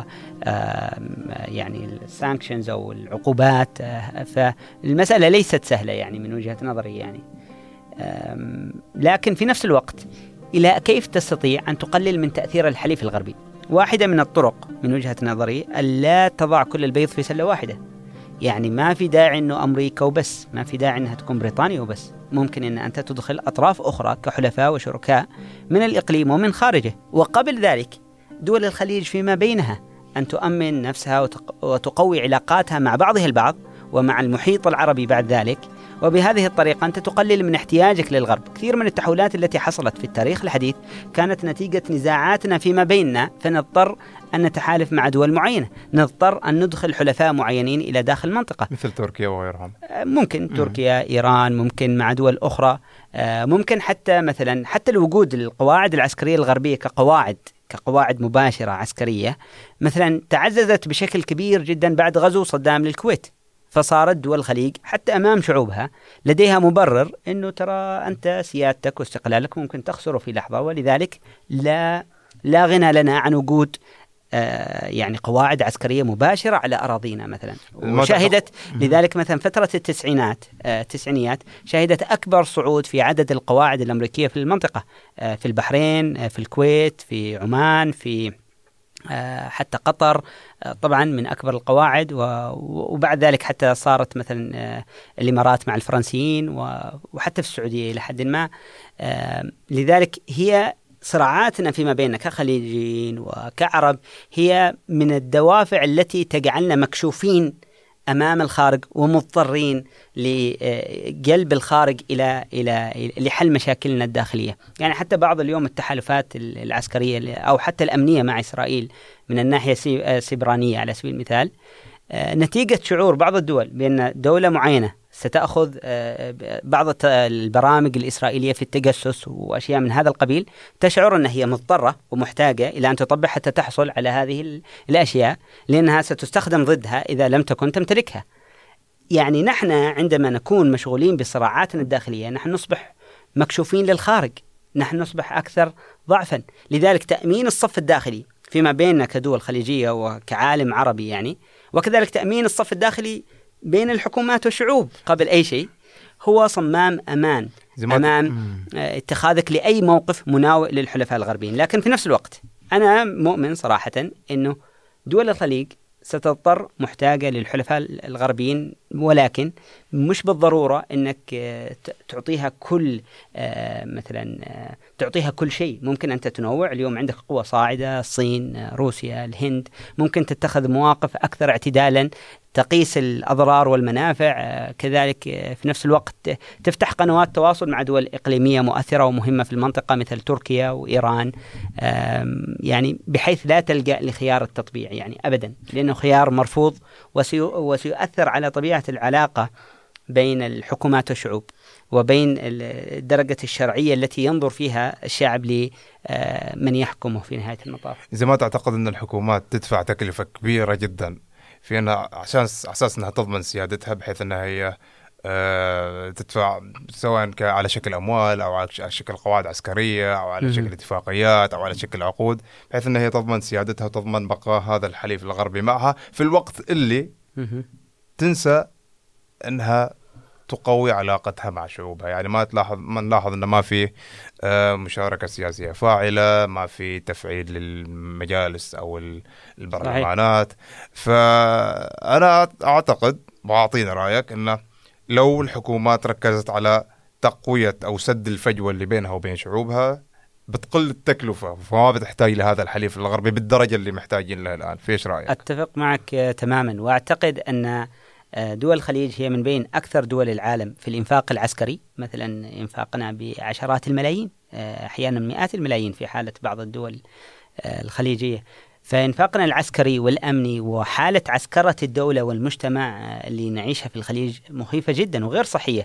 يعني السانكشنز أو العقوبات. فالمسألة ليست سهلة يعني من وجهة نظري يعني. لكن في نفس الوقت إلى كيف تستطيع أن تقلل من تأثير الحليف الغربي؟ واحدة من الطرق من وجهة نظري ألا تضع كل البيض في سلة واحدة. يعني ما في داعي أنه أمريكا وبس، ما في داعي أنها تكون بريطانيا وبس، ممكن أن أنت تدخل أطراف أخرى كحلفاء وشركاء من الإقليم ومن خارجه. وقبل ذلك دول الخليج فيما بينها أن تؤمن نفسها وتقوي علاقاتها مع بعضها البعض ومع المحيط العربي بعد ذلك، وبهذه الطريقة أنت تقلل من احتياجك للغرب. كثير من التحولات التي حصلت في التاريخ الحديث كانت نتيجة نزاعاتنا فيما بيننا، فنضطر أن نتحالف مع دول معينة، نضطر أن ندخل حلفاء معينين إلى داخل المنطقة مثل تركيا وغيرها. ممكن تركيا، إيران، ممكن مع دول أخرى، ممكن حتى مثلا حتى الوجود القواعد العسكرية الغربية كقواعد مباشرة عسكرية مثلا تعززت بشكل كبير جدا بعد غزو صدام للكويت. فصارت دول الخليج حتى أمام شعوبها لديها مبرر أنه ترى أنت سيادتك واستقلالك ممكن تخسره في لحظة، ولذلك لا غنى لنا عن وجود يعني قواعد عسكرية مباشرة على أراضينا مثلا. وشهدت لذلك مثلا فترة التسعينيات شهدت أكبر صعود في عدد القواعد الأمريكية في المنطقة، في البحرين، في الكويت، في عمان، في حتى قطر طبعا من أكبر القواعد، وبعد ذلك حتى صارت مثلا الإمارات مع الفرنسيين، وحتى في السعودية إلى حد ما. لذلك هي صراعاتنا فيما بيننا كخليجيين وكعرب هي من الدوافع التي تجعلنا مكشوفين أمام الخارج ومضطرين لقلب الخارج إلى لحل مشاكلنا الداخلية. يعني حتى بعض اليوم التحالفات العسكرية أو حتى الأمنية مع إسرائيل من الناحية السيبرانية على سبيل المثال نتيجة شعور بعض الدول بأن دولة معينة ستأخذ بعض البرامج الإسرائيلية في التجسس وأشياء من هذا القبيل، تشعر أنها هي مضطرة ومحتاجة إلى أن تطبق حتى تحصل على هذه الأشياء، لأنها ستستخدم ضدها إذا لم تكن تمتلكها. يعني نحن عندما نكون مشغولين بصراعاتنا الداخلية نحن نصبح مكشوفين للخارج، نحن نصبح أكثر ضعفا. لذلك تأمين الصف الداخلي فيما بيننا كدول خليجية وكعالم عربي يعني، وكذلك تأمين الصف الداخلي بين الحكومات والشعوب قبل أي شيء هو صمام أمان أمام اتخاذك لأي موقف مناوئ للحلفاء الغربيين. لكن في نفس الوقت أنا مؤمن صراحة أنه دول الخليج ستضطر محتاجة للحلفاء الغربيين، ولكن مش بالضرورة أنك تعطيها كل مثلا تعطيها كل شيء. ممكن أنت تنوع. اليوم عندك قوة صاعدة، الصين، روسيا، الهند، ممكن تتخذ مواقف أكثر اعتدالا تقيس الأضرار والمنافع. كذلك في نفس الوقت تفتح قنوات تواصل مع دول إقليمية مؤثرة ومهمة في المنطقة مثل تركيا وإيران، يعني بحيث لا تلجأ لخيار التطبيع يعني أبدا، لأنه خيار مرفوض وسيؤثر على طبيعة العلاقة بين الحكومات والشعوب وبين درجة الشرعية التي ينظر فيها الشعب لمن يحكمه في نهاية المطاف. إذا ما تعتقد أن الحكومات تدفع تكلفة كبيرة جدا في أنها عشان أساس أنها تضمن سيادتها، بحيث أنها هي تدفع سواء على شكل أموال أو على شكل قواعد عسكرية أو على شكل اتفاقيات أو على شكل عقود، بحيث أنها هي تضمن سيادتها وتضمن بقاء هذا الحليف الغربي معها في الوقت اللي تنسى أنها تقوي علاقتها مع شعوبها. يعني ما نلاحظ أن ما في مشاركة سياسية فاعلة، ما في تفعيل للمجالس أو البرلمانات. فأنا أعتقد وأعطينا رأيك أن لو الحكومات ركزت على تقوية أو سد الفجوة اللي بينها وبين شعوبها بتقل التكلفة، فما بتحتاج لهذا الحليف الغربي بالدرجة اللي محتاجين لها الآن. فيش رأيك؟ أتفق معك تماما، وأعتقد أن دول الخليج هي من بين أكثر دول العالم في الإنفاق العسكري. مثلا إنفاقنا بعشرات الملايين، أحيانا مئات الملايين في حالة بعض الدول الخليجية. فإنفاقنا العسكري والأمني وحالة عسكرة الدولة والمجتمع اللي نعيشها في الخليج مخيفة جدا وغير صحية.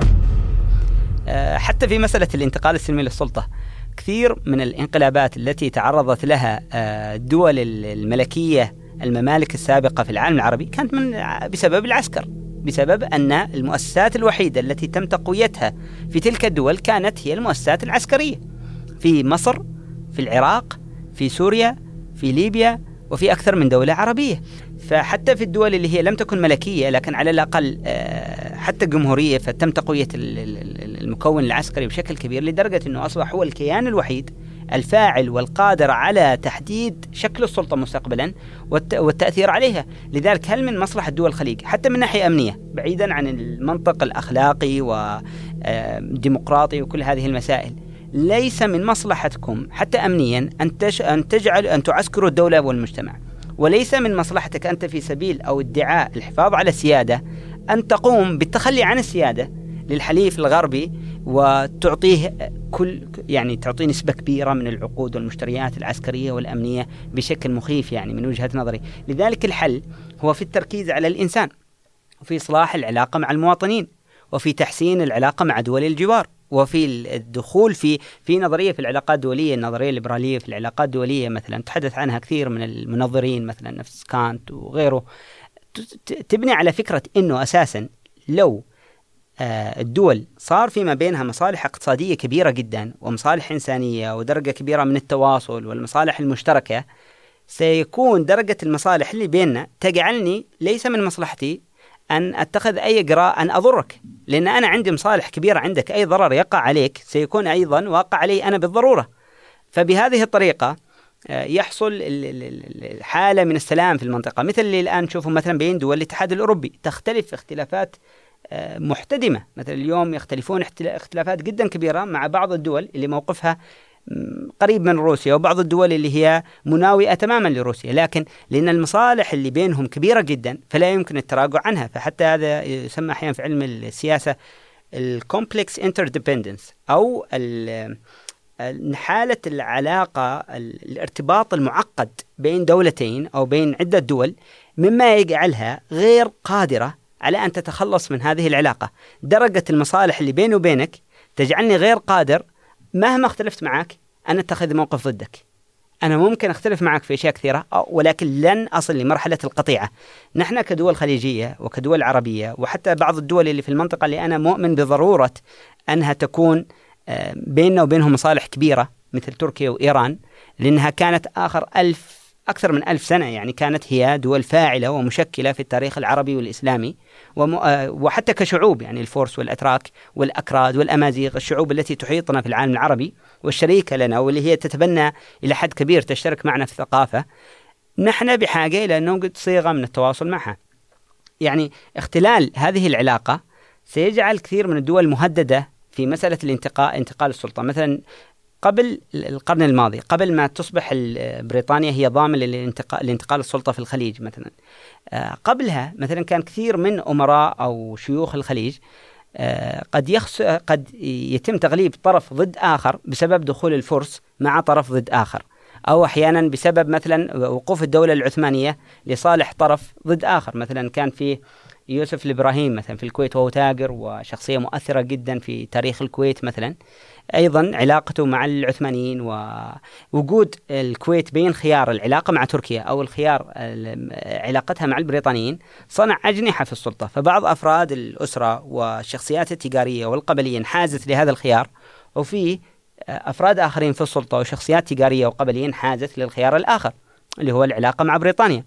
حتى في مسألة الانتقال السلمي للسلطة، كثير من الانقلابات التي تعرضت لها الدول الملكية الممالك السابقة في العالم العربي كانت بسبب العسكر، بسبب أن المؤسسات الوحيدة التي تم تقويتها في تلك الدول كانت هي المؤسسات العسكرية، في مصر، في العراق، في سوريا، في ليبيا، وفي أكثر من دولة عربية. فحتى في الدول اللي هي لم تكن ملكية لكن على الأقل حتى جمهورية، فتم تقوية المكون العسكري بشكل كبير، لدرجة أنه أصبح هو الكيان الوحيد الفاعل والقادر على تحديد شكل السلطة مستقبلا والتأثير عليها. لذلك هل من مصلحة دول الخليج حتى من ناحية أمنية، بعيدا عن المنطق الأخلاقي والديمقراطي وكل هذه المسائل، ليس من مصلحتكم حتى أمنيا أن تعسكروا الدولة والمجتمع، وليس من مصلحتك أنت في سبيل أو ادعاء الحفاظ على السيادة أن تقوم بالتخلي عن السيادة للحليف الغربي وتعطيه تعطيه نسبة كبيرة من العقود والمشتريات العسكرية والأمنية بشكل مخيف يعني من وجهة نظري. لذلك الحل هو في التركيز على الإنسان، وفي إصلاح العلاقة مع المواطنين، وفي تحسين العلاقة مع دول الجوار، وفي الدخول في نظرية في العلاقات الدولية، النظرية الليبرالية في العلاقات الدولية مثلا تحدث عنها كثير من المنظرين مثلا نفس كانت وغيره، تبني على فكرة إنه أساسا لو الدول صار فيما بينها مصالح اقتصادية كبيرة جدا ومصالح إنسانية ودرجة كبيرة من التواصل والمصالح المشتركة، سيكون درجة المصالح اللي بيننا تجعلني ليس من مصلحتي أن أتخذ أي إجراء أن أضرك، لأن أنا عندي مصالح كبيرة عندك، أي ضرر يقع عليك سيكون أيضا واقع علي أنا بالضرورة. فبهذه الطريقة يحصل حالة من السلام في المنطقة، مثل اللي الآن نشوفه مثلا بين دول الاتحاد الأوروبي تختلف اختلافات محتدمة. مثلا اليوم يختلفون اختلافات جدا كبيرة مع بعض الدول اللي موقفها قريب من روسيا، وبعض الدول اللي هي مناوئة تماما لروسيا، لكن لأن المصالح اللي بينهم كبيرة جدا فلا يمكن التراجع عنها. فحتى هذا يسمى أحيانا في علم السياسة الكومبلكس انترديبندنس، أو حالة العلاقة، الارتباط المعقد بين دولتين أو بين عدة دول، مما يجعلها غير قادرة على أن تتخلص من هذه العلاقة. درجة المصالح اللي بيني وبينك تجعلني غير قادر مهما اختلفت معك أن أتخذ موقف ضدك. أنا ممكن أختلف معك في أشياء كثيرة، ولكن لن أصل لمرحلة القطيعة. نحن كدول خليجية وكدول عربية، وحتى بعض الدول اللي في المنطقة اللي أنا مؤمن بضرورة أنها تكون بيننا وبينهم مصالح كبيرة مثل تركيا وإيران، لأنها كانت أكثر من 1000 سنة، يعني كانت هي دول فاعلة ومشكلة في التاريخ العربي والإسلامي، وحتى كشعوب، يعني الفرس والأتراك والأكراد والأمازيغ، الشعوب التي تحيطنا في العالم العربي والشريكة لنا، واللي هي تتبنى إلى حد كبير تشترك معنا في الثقافة. نحن بحاجة إلى أن نوجد صيغة من التواصل معها. يعني اختلال هذه العلاقة سيجعل كثير من الدول مهددة في مسألة انتقال السلطة. مثلا قبل القرن الماضي، قبل ما تصبح بريطانيا هي ضامن لانتقال السلطة في الخليج مثلا، قبلها مثلا كان كثير من أمراء أو شيوخ الخليج قد يتم تغليب طرف ضد آخر بسبب دخول الفرس مع طرف ضد آخر، أو أحيانا بسبب مثلا وقوف الدولة العثمانية لصالح طرف ضد آخر. مثلا كان في يوسف الإبراهيم مثلا في الكويت، وهو تاجر وشخصية مؤثرة جدا في تاريخ الكويت مثلا، أيضا علاقته مع العثمانيين ووجود الكويت بين خيار العلاقة مع تركيا أو الخيار علاقتها مع البريطانيين صنع أجنحة في السلطة. فبعض أفراد الأسرة والشخصيات التجارية والقبلية انحازت لهذا الخيار، وفي أفراد آخرين في السلطة وشخصيات تجارية وقبلية انحازت للخيار الآخر اللي هو العلاقة مع بريطانيا.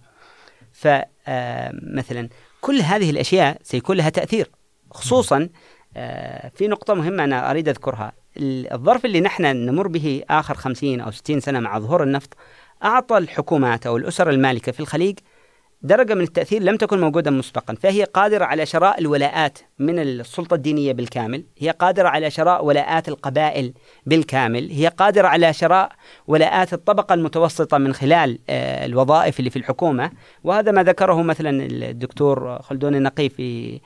فمثلا كل هذه الأشياء سيكون لها تأثير، خصوصا في نقطة مهمة أنا أريد أذكرها. الظرف اللي نحن نمر به آخر 50 أو 60 سنة مع ظهور النفط أعطى الحكومات أو الأسر المالكة في الخليج درجة من التأثير لم تكن موجودة مسبقا. فهي قادرة على شراء الولاءات من السلطة الدينية بالكامل، هي قادرة على شراء ولاءات القبائل بالكامل، هي قادرة على شراء ولاءات الطبقة المتوسطة من خلال الوظائف اللي في الحكومة. وهذا ما ذكره مثلا الدكتور خلدون النقي في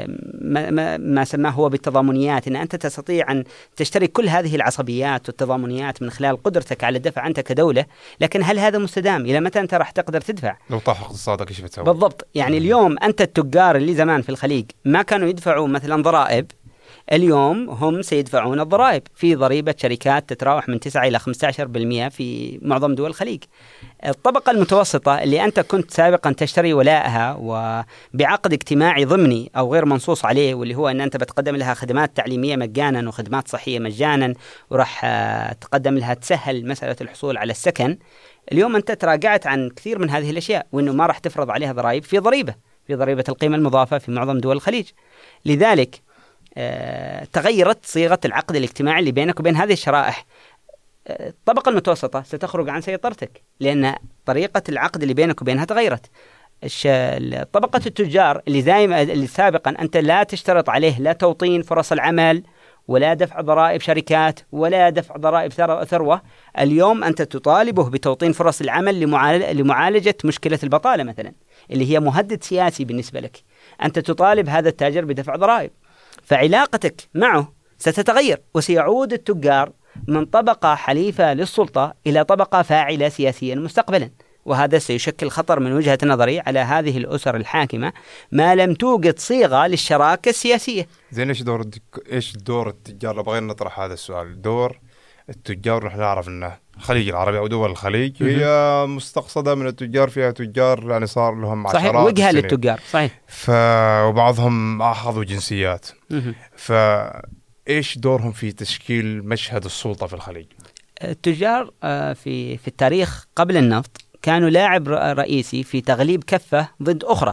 ما سماه هو بالتضامنيات، أن أنت تستطيع أن تشتري كل هذه العصبيات والتضامنيات من خلال قدرتك على الدفع أنت كدولة، لكن هل هذا مستدام؟ إلى متى أنت راح تقدر تدفع؟ لو طاح اقتصادك ايش بتسوي؟ بالضبط. يعني اليوم أنت التجار اللي زمان في الخليج ما كانوا يدفعوا مثلا ضرائب، اليوم هم سيدفعون الضرائب. في ضريبة شركات تتراوح من 9 إلى 15% في معظم دول الخليج. الطبقة المتوسطة اللي أنت كنت سابقا تشتري ولاءها وبعقد اجتماعي ضمني أو غير منصوص عليه، واللي هو أن أنت بتقدم لها خدمات تعليمية مجانا وخدمات صحية مجانا، وراح تقدم لها تسهل مسألة الحصول على السكن، اليوم أنت تراجعت عن كثير من هذه الأشياء، وأنه ما راح تفرض عليها ضرائب في ضريبة القيمة المضافة في معظم دول الخليج. لذلك تغيرت صيغة العقد الاجتماعي اللي بينك وبين هذه الشرائح. الطبقة المتوسطة ستخرج عن سيطرتك لأن طريقة العقد اللي بينك وبينها تغيرت. طبقة التجار اللي سابقا أنت لا تشترط عليه لا توطين فرص العمل ولا دفع ضرائب شركات ولا دفع ضرائب ثروة، اليوم أنت تطالبه بتوطين فرص العمل لمعالجة مشكلة البطالة مثلا، اللي هي مهدد سياسي بالنسبة لك. أنت تطالب هذا التاجر بدفع ضرائب، فعلاقتك معه ستتغير، وسيعود التجار من طبقة حليفة للسلطة إلى طبقة فاعلة سياسيا مستقبلا. وهذا سيشكل خطر من وجهة نظري على هذه الأسر الحاكمة ما لم توجد صيغة للشراكة السياسية. زين، إيش دور التجار؟ لو بغينا نطرح هذا السؤال، دور التجار نحن نعرف أن الخليج العربي أو دول الخليج هي مستقصدة من التجار، فيها تجار يعني صار لهم عشرات صحيح وجهة للتجار صحيح، وبعضهم أخذوا جنسيات. فإيش دورهم في تشكيل مشهد السلطة في الخليج؟ التجار في التاريخ قبل النفط كانوا لاعب رئيسي في تغليب كفة ضد أخرى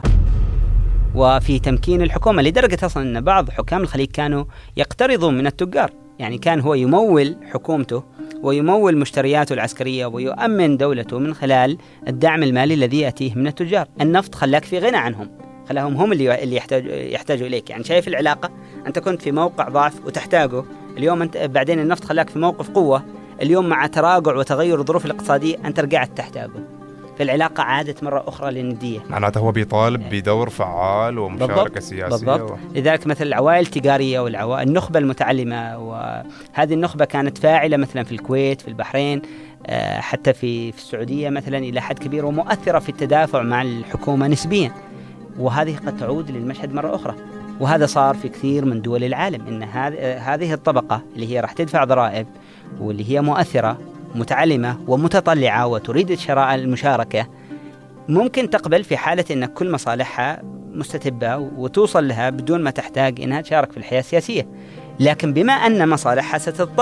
وفي تمكين الحكومة، لدرجة أصلا أن بعض حكام الخليج كانوا يقترضون من التجار. يعني كان هو يمول حكومته ويمول مشترياته العسكرية ويؤمن دولته من خلال الدعم المالي الذي يأتيه من التجار. النفط خلاك في غنى عنهم، خلاهم هم اللي يحتاجوا إليك. يعني شايف العلاقة؟ أنت كنت في موقع ضعف وتحتاجه، اليوم أنت بعدين النفط خلاك في موقف قوة، اليوم مع تراجع وتغير الظروف الاقتصادية أنت رجعت تحتاجه، فالعلاقة عادت مرة أخرى للندية. معناته هو بيطالب بدور فعال ومشاركة بالضبط. سياسية. بالضبط. لذلك مثل العوائل التجارية والنخبة المتعلمة، وهذه النخبة كانت فاعلة مثلا في الكويت، في البحرين، حتى في السعودية مثلا إلى حد كبير، ومؤثرة في التدافع مع الحكومة نسبيا، وهذه قد تعود للمشهد مرة أخرى. وهذا صار في كثير من دول العالم، إن هذه الطبقة اللي هي راح تدفع ضرائب واللي هي مؤثرة متعلمة ومتطلعة وتريد شراء المشاركة، ممكن تقبل في حالة أن كل مصالحها مستتبة وتوصل لها بدون ما تحتاج أنها تشارك في الحياة السياسية. لكن بما أن مصالحها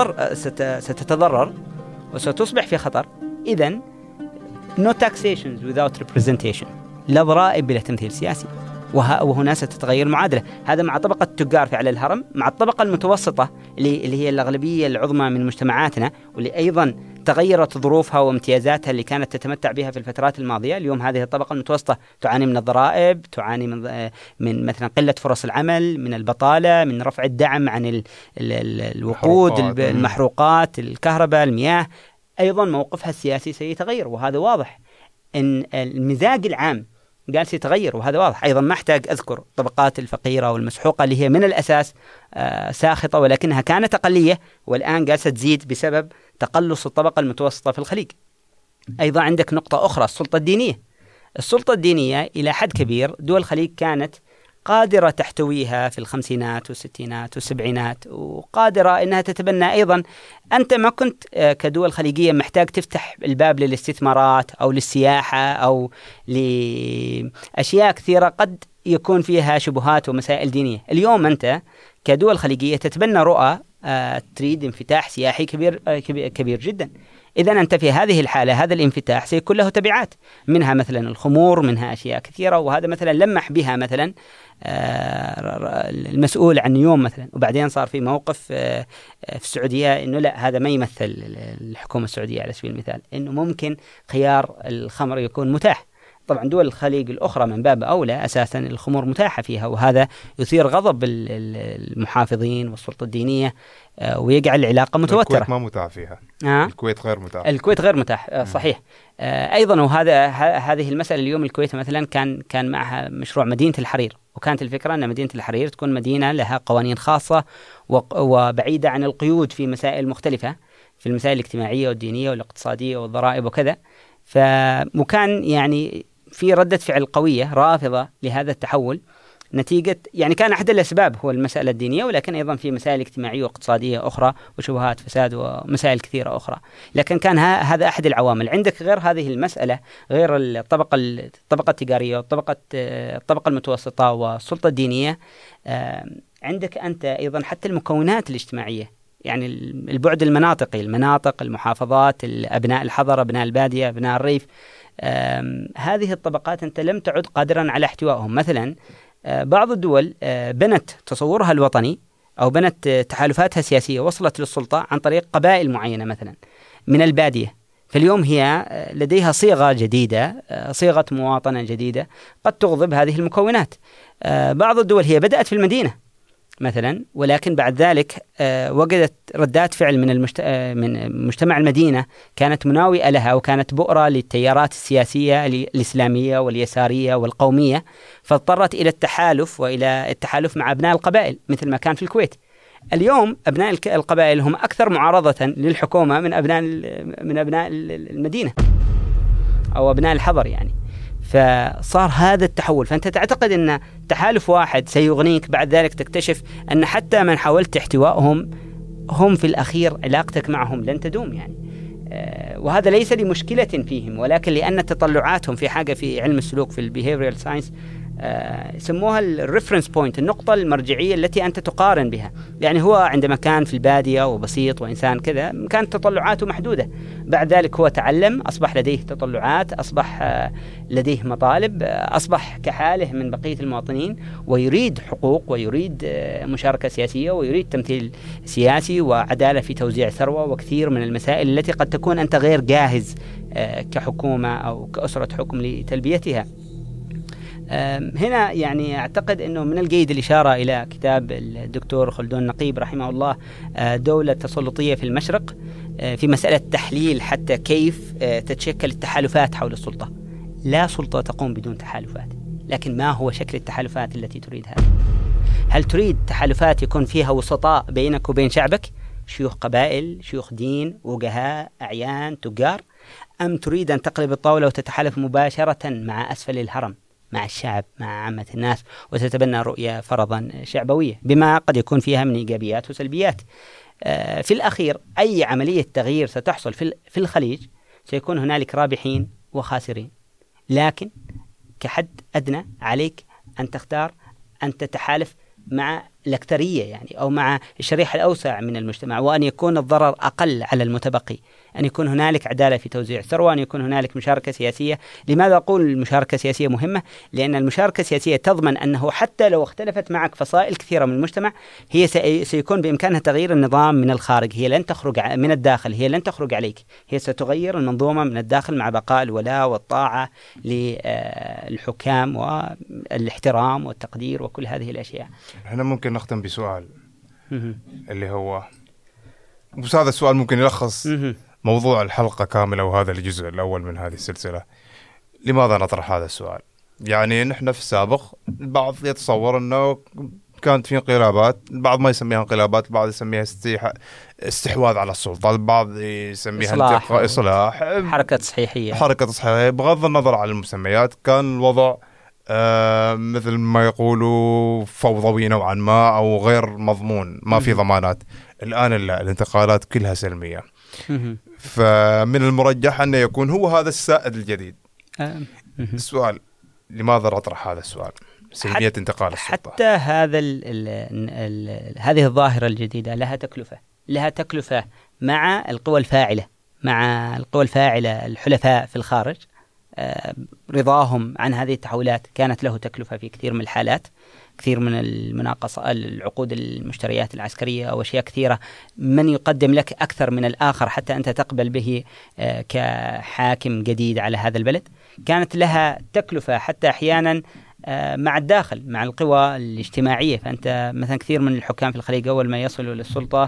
ستتضرر وستصبح في خطر، إذن no taxations without representation، لا ضرائب بلا تمثيل سياسي. وهنا ستتغير المعادلة. هذا مع طبقة التجار في على الهرم، مع الطبقة المتوسطة اللي هي الأغلبية العظمى من مجتمعاتنا، واللي أيضا تغيرت ظروفها وامتيازاتها اللي كانت تتمتع بها في الفترات الماضية. اليوم هذه الطبقة المتوسطة تعاني من الضرائب، تعاني من مثلا قلة فرص العمل، من البطالة، من رفع الدعم عن الوقود، المحروقات، الكهرباء، المياه. أيضا موقفها السياسي سيتغير، وهذا واضح إن المزاج العام جالس يتغير، وهذا واضح. أيضا ما أحتاج أذكر الطبقات الفقيرة والمسحوقة اللي هي من الأساس ساخطة، ولكنها كانت أقلية والآن جالسة تزيد بسبب تقلص الطبقة المتوسطة في الخليج. أيضا عندك نقطة أخرى، السلطة الدينية. السلطة الدينية إلى حد كبير دول الخليج كانت قادرة تحتويها في الخمسينات والستينات والسبعينات، وقادرة أنها تتبنى. أيضا أنت ما كنت كدول خليجية محتاج تفتح الباب للاستثمارات أو للسياحة أو لأشياء كثيرة قد يكون فيها شبهات ومسائل دينية. اليوم أنت كدول خليجية تتبنى رؤى تريد انفتاح سياحي كبير جدا. إذا أنت في هذه الحالة هذا الانفتاح سيكون له تبعات، منها مثلا الخمور، منها أشياء كثيرة، وهذا مثلا لمح بها مثلا المسؤول عن نيوم مثلا، وبعدين صار في موقف في السعودية إنه لا، هذا ما يمثل الحكومة السعودية على سبيل المثال، إنه ممكن خيار الخمر يكون متاح. طبعا دول الخليج الأخرى من باب أولى أساسا الخمور متاحة فيها، وهذا يثير غضب المحافظين والسلطة الدينية ويجعل العلاقة متوترة. الكويت ما متاح فيها. الكويت غير متاح. الكويت غير متاح، صحيح. أيضا هذه المسألة اليوم الكويت مثلا كان معها مشروع مدينة الحرير، وكانت الفكرة أن مدينة الحرير تكون مدينة لها قوانين خاصة وبعيدة عن القيود في مسائل مختلفة، في المسائل الاجتماعية والدينية والاقتصادية والضرائب وكذا. وكان يعني في ردة فعل قوية رافضة لهذا التحول، نتيجة يعني كان أحد الأسباب هو المسألة الدينية، ولكن أيضا في مسائل اجتماعية واقتصادية أخرى وشبهات فساد ومسائل كثيرة أخرى. لكن كان هذا أحد العوامل. عندك غير هذه المسألة، غير الطبقة التجارية والطبقة المتوسطة والسلطة الدينية، عندك أنت أيضا حتى المكونات الاجتماعية، يعني البعد المناطقي، المناطق، المحافظات، أبناء الحضر، أبناء البادية، أبناء الريف. هذه الطبقات أنت لم تعد قادرا على احتوائهم. مثلا بعض الدول بنت تصورها الوطني أو بنت تحالفاتها السياسية وصلت للسلطة عن طريق قبائل معينة مثلا من البادية، فاليوم هي لديها صيغة جديدة، صيغة مواطنة جديدة قد تغضب هذه المكونات. بعض الدول هي بدأت في المدينة مثلا، ولكن بعد ذلك وجدت ردات فعل من مجتمع المدينة كانت مناوئة لها، وكانت بؤرة للتيارات السياسية الإسلامية واليسارية والقومية، فاضطرت إلى التحالف وإلى التحالف مع أبناء القبائل مثل ما كان في الكويت. اليوم أبناء القبائل هم أكثر معارضة للحكومة من أبناء المدينة أو أبناء الحضر يعني. فصار هذا التحول. فأنت تعتقد أن تحالف واحد سيغنيك، بعد ذلك تكتشف أن حتى من حاولت احتوائهم هم في الأخير علاقتك معهم لن تدوم يعني. وهذا ليس لمشكلة فيهم، ولكن لأن تطلعاتهم في حاجة في علم السلوك، في البيهيفيرال ساينس، يسموها الريفرنس بوينت، النقطة المرجعية التي أنت تقارن بها. يعني هو عندما كان في البادية وبسيط وإنسان كذا كانت تطلعاته محدودة، بعد ذلك هو تعلم، أصبح لديه تطلعات، أصبح لديه مطالب، أصبح كحاله من بقية المواطنين، ويريد حقوق ويريد مشاركة سياسية ويريد تمثيل سياسي وعدالة في توزيع ثروة وكثير من المسائل التي قد تكون أنت غير جاهز كحكومة أو كأسرة حكم لتلبيتها. هنا يعني أعتقد أنه من الجيد الإشارة إلى كتاب الدكتور خلدون نقيب رحمه الله دولة تسلطية في المشرق، في مسألة تحليل حتى كيف تتشكل التحالفات حول السلطة. لا سلطة تقوم بدون تحالفات، لكن ما هو شكل التحالفات التي تريدها؟ هل تريد تحالفات يكون فيها وسطاء بينك وبين شعبك، شيوخ قبائل، شيوخ دين، وجهاء، أعيان، تجار، أم تريد أن تقلب الطاولة وتتحالف مباشرة مع أسفل الهرم، مع الشعب، مع عامة الناس، وتتبنى رؤية فرضا شعبوية بما قد يكون فيها من إيجابيات وسلبيات؟ في الأخير أي عملية تغيير ستحصل في الخليج سيكون هنالك رابحين وخاسرين، لكن كحد أدنى عليك أن تختار أن تتحالف مع الأكثرية يعني، أو مع الشريحة الأوسع من المجتمع، وأن يكون الضرر أقل على المتبقي، أن يكون هنالك عدالة في توزيع الثروة، أن يكون هنالك مشاركة سياسية. لماذا أقول المشاركة السياسية مهمة؟ لأن المشاركة السياسية تضمن أنه حتى لو اختلفت معك فصائل كثيرة من المجتمع، هي سيكون بإمكانها تغيير النظام من الخارج، هي لن تخرج من الداخل، هي لن تخرج عليك، هي ستغير المنظومة من الداخل مع بقاء الولاء والطاعة للحكام والاحترام والتقدير وكل هذه الأشياء. هنا ممكن نختم بسؤال اللي هو، بس هذا السؤال ممكن يلخص موضوع الحلقة كاملة وهذا الجزء الأول من هذه السلسلة. لماذا نطرح هذا السؤال؟ يعني نحن في السابق البعض يتصور أنه كانت في انقلابات، البعض ما يسميها انقلابات، البعض يسميها استحواذ على السلطة، البعض يسميها إصلاح، حركة تصحيحية، بغض النظر على المسميات. كان الوضع مثل ما يقولوا فوضوي نوعا ما أو غير مضمون، ما في ضمانات. الآن الانتقالات كلها سلمية، فمن المرجح أن يكون هو هذا السائد الجديد. السؤال، لماذا نطرح هذا السؤال؟ سلمية انتقال السلطة. حتى هذه الظاهرة الجديدة لها تكلفة مع القوى الفاعلة الحلفاء في الخارج. رضاهم عن هذه التحولات كانت له تكلفة في كثير من الحالات، كثير من المناقصة، العقود، المشتريات العسكرية أو أشياء كثيرة، من يقدم لك أكثر من الآخر حتى أنت تقبل به كحاكم جديد على هذا البلد، كانت لها تكلفة حتى أحيانا مع الداخل، مع القوى الاجتماعية. فأنت مثلا كثير من الحكام في الخليج أول ما يصلوا للسلطة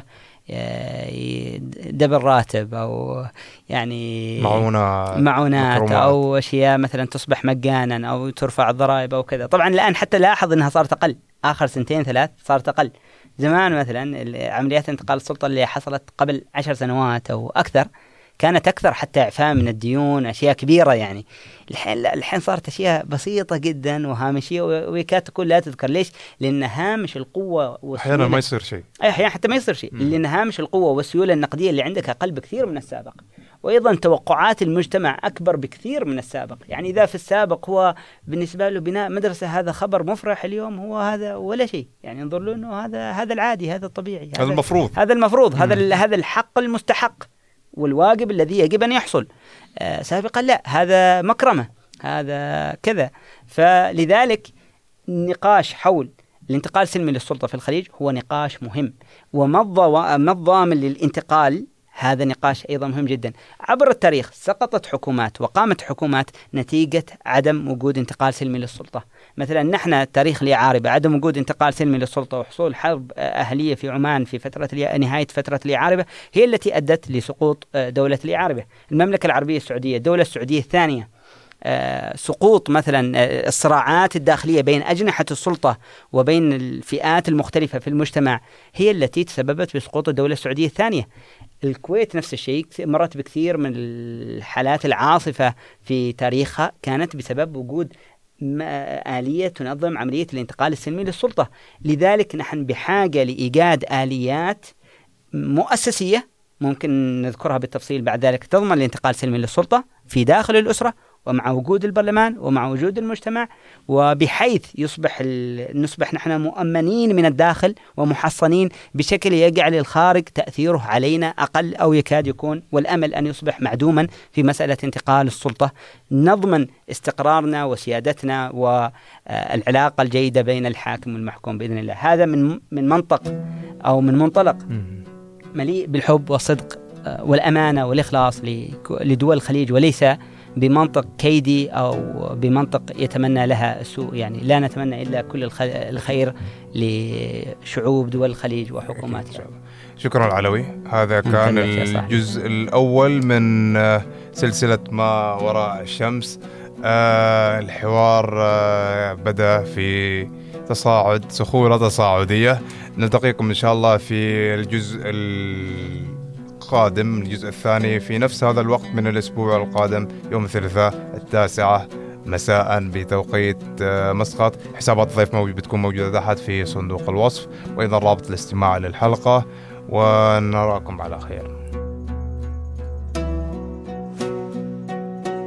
دبل راتب أو يعني معونات أو أشياء مثلا تصبح مجانا أو ترفع الضرائب أو كذا. طبعا الآن حتى لاحظ أنها صارت أقل، آخر 2-3 صارت أقل. زمان مثلا عمليات انتقال السلطة اللي حصلت قبل 10 سنوات أو أكثر كانت أكثر، حتى إعفاء من الديون، أشياء كبيرة يعني. الحين صارت أشياء بسيطة جدا وهامشية ويكاد تكون لا تذكر. ليش؟ لأن هامش القوة أحيانا ما يصير شيء، أحيانا حتى ما يصير شيء، لأن هامش القوة والسيولة النقدية اللي عندك أقل بكثير من السابق، وأيضا توقعات المجتمع أكبر بكثير من السابق. يعني إذا في السابق هو بالنسبة له بناء مدرسة هذا خبر مفرح، اليوم هو هذا ولا شيء، يعني ينظر له إنه هذا العادي، هذا الطبيعي، هذا المفروض، هذا الحق المستحق والواجب الذي يجب أن يحصل. سابقا لا، هذا مكرمة، هذا كذا. فلذلك النقاش حول الانتقال السلمي للسلطة في الخليج هو نقاش مهم، وما الضامن للانتقال، هذا نقاش أيضا مهم جدا. عبر التاريخ سقطت حكومات وقامت حكومات نتيجة عدم وجود انتقال سلمي للسلطة. مثلا نحن تاريخ الإعاربة، عدم وجود انتقال سلمي للسلطة وحصول حرب أهلية في عمان في نهاية فترة الإعاربة هي التي أدت لسقوط دولة الإعاربة. المملكة العربية السعودية، الدولة السعودية الثانية، سقوط مثلا الصراعات الداخلية بين أجنحة السلطة وبين الفئات المختلفة في المجتمع هي التي تسببت بسقوط الدولة السعودية الثانية. الكويت نفس الشيء، مرت بكثير من الحالات العاصفة في تاريخها كانت بسبب وجود آلية تنظم عملية الانتقال السلمي للسلطة. لذلك نحن بحاجة لإيجاد آليات مؤسسية ممكن نذكرها بالتفصيل بعد ذلك تضمن الانتقال السلمي للسلطة في داخل الأسرة ومع وجود البرلمان ومع وجود المجتمع، وبحيث نصبح نحن مؤمنين من الداخل ومحصنين بشكل يجعل الخارج تأثيره علينا أقل أو يكاد يكون، والأمل أن يصبح معدوما في مسألة انتقال السلطة. نضمن استقرارنا وسيادتنا والعلاقة الجيدة بين الحاكم والمحكوم بإذن الله. هذا من منطق أو من منطلق مليء بالحب والصدق والأمانة والإخلاص لدول الخليج، وليس بمنطق كيدي أو بمنطق يتمنى لها السوء. يعني لا نتمنى إلا كل الخير لشعوب دول الخليج وحكوماتها. شكرا العلوي. هذا كان الجزء الأول من سلسلة ما وراء الشمس. الحوار بدأ في تصاعد، سخونة تصاعدية. نلتقيكم إن شاء الله في الجزء القادم، الجزء الثاني في نفس هذا الوقت من الأسبوع القادم، يوم الثلاثاء 9 مساء بتوقيت مسقط. حسابات الضيف بتكون موجودة تحت في صندوق الوصف، وأيضا رابط الاستماع للحلقة، ونراكم على خير.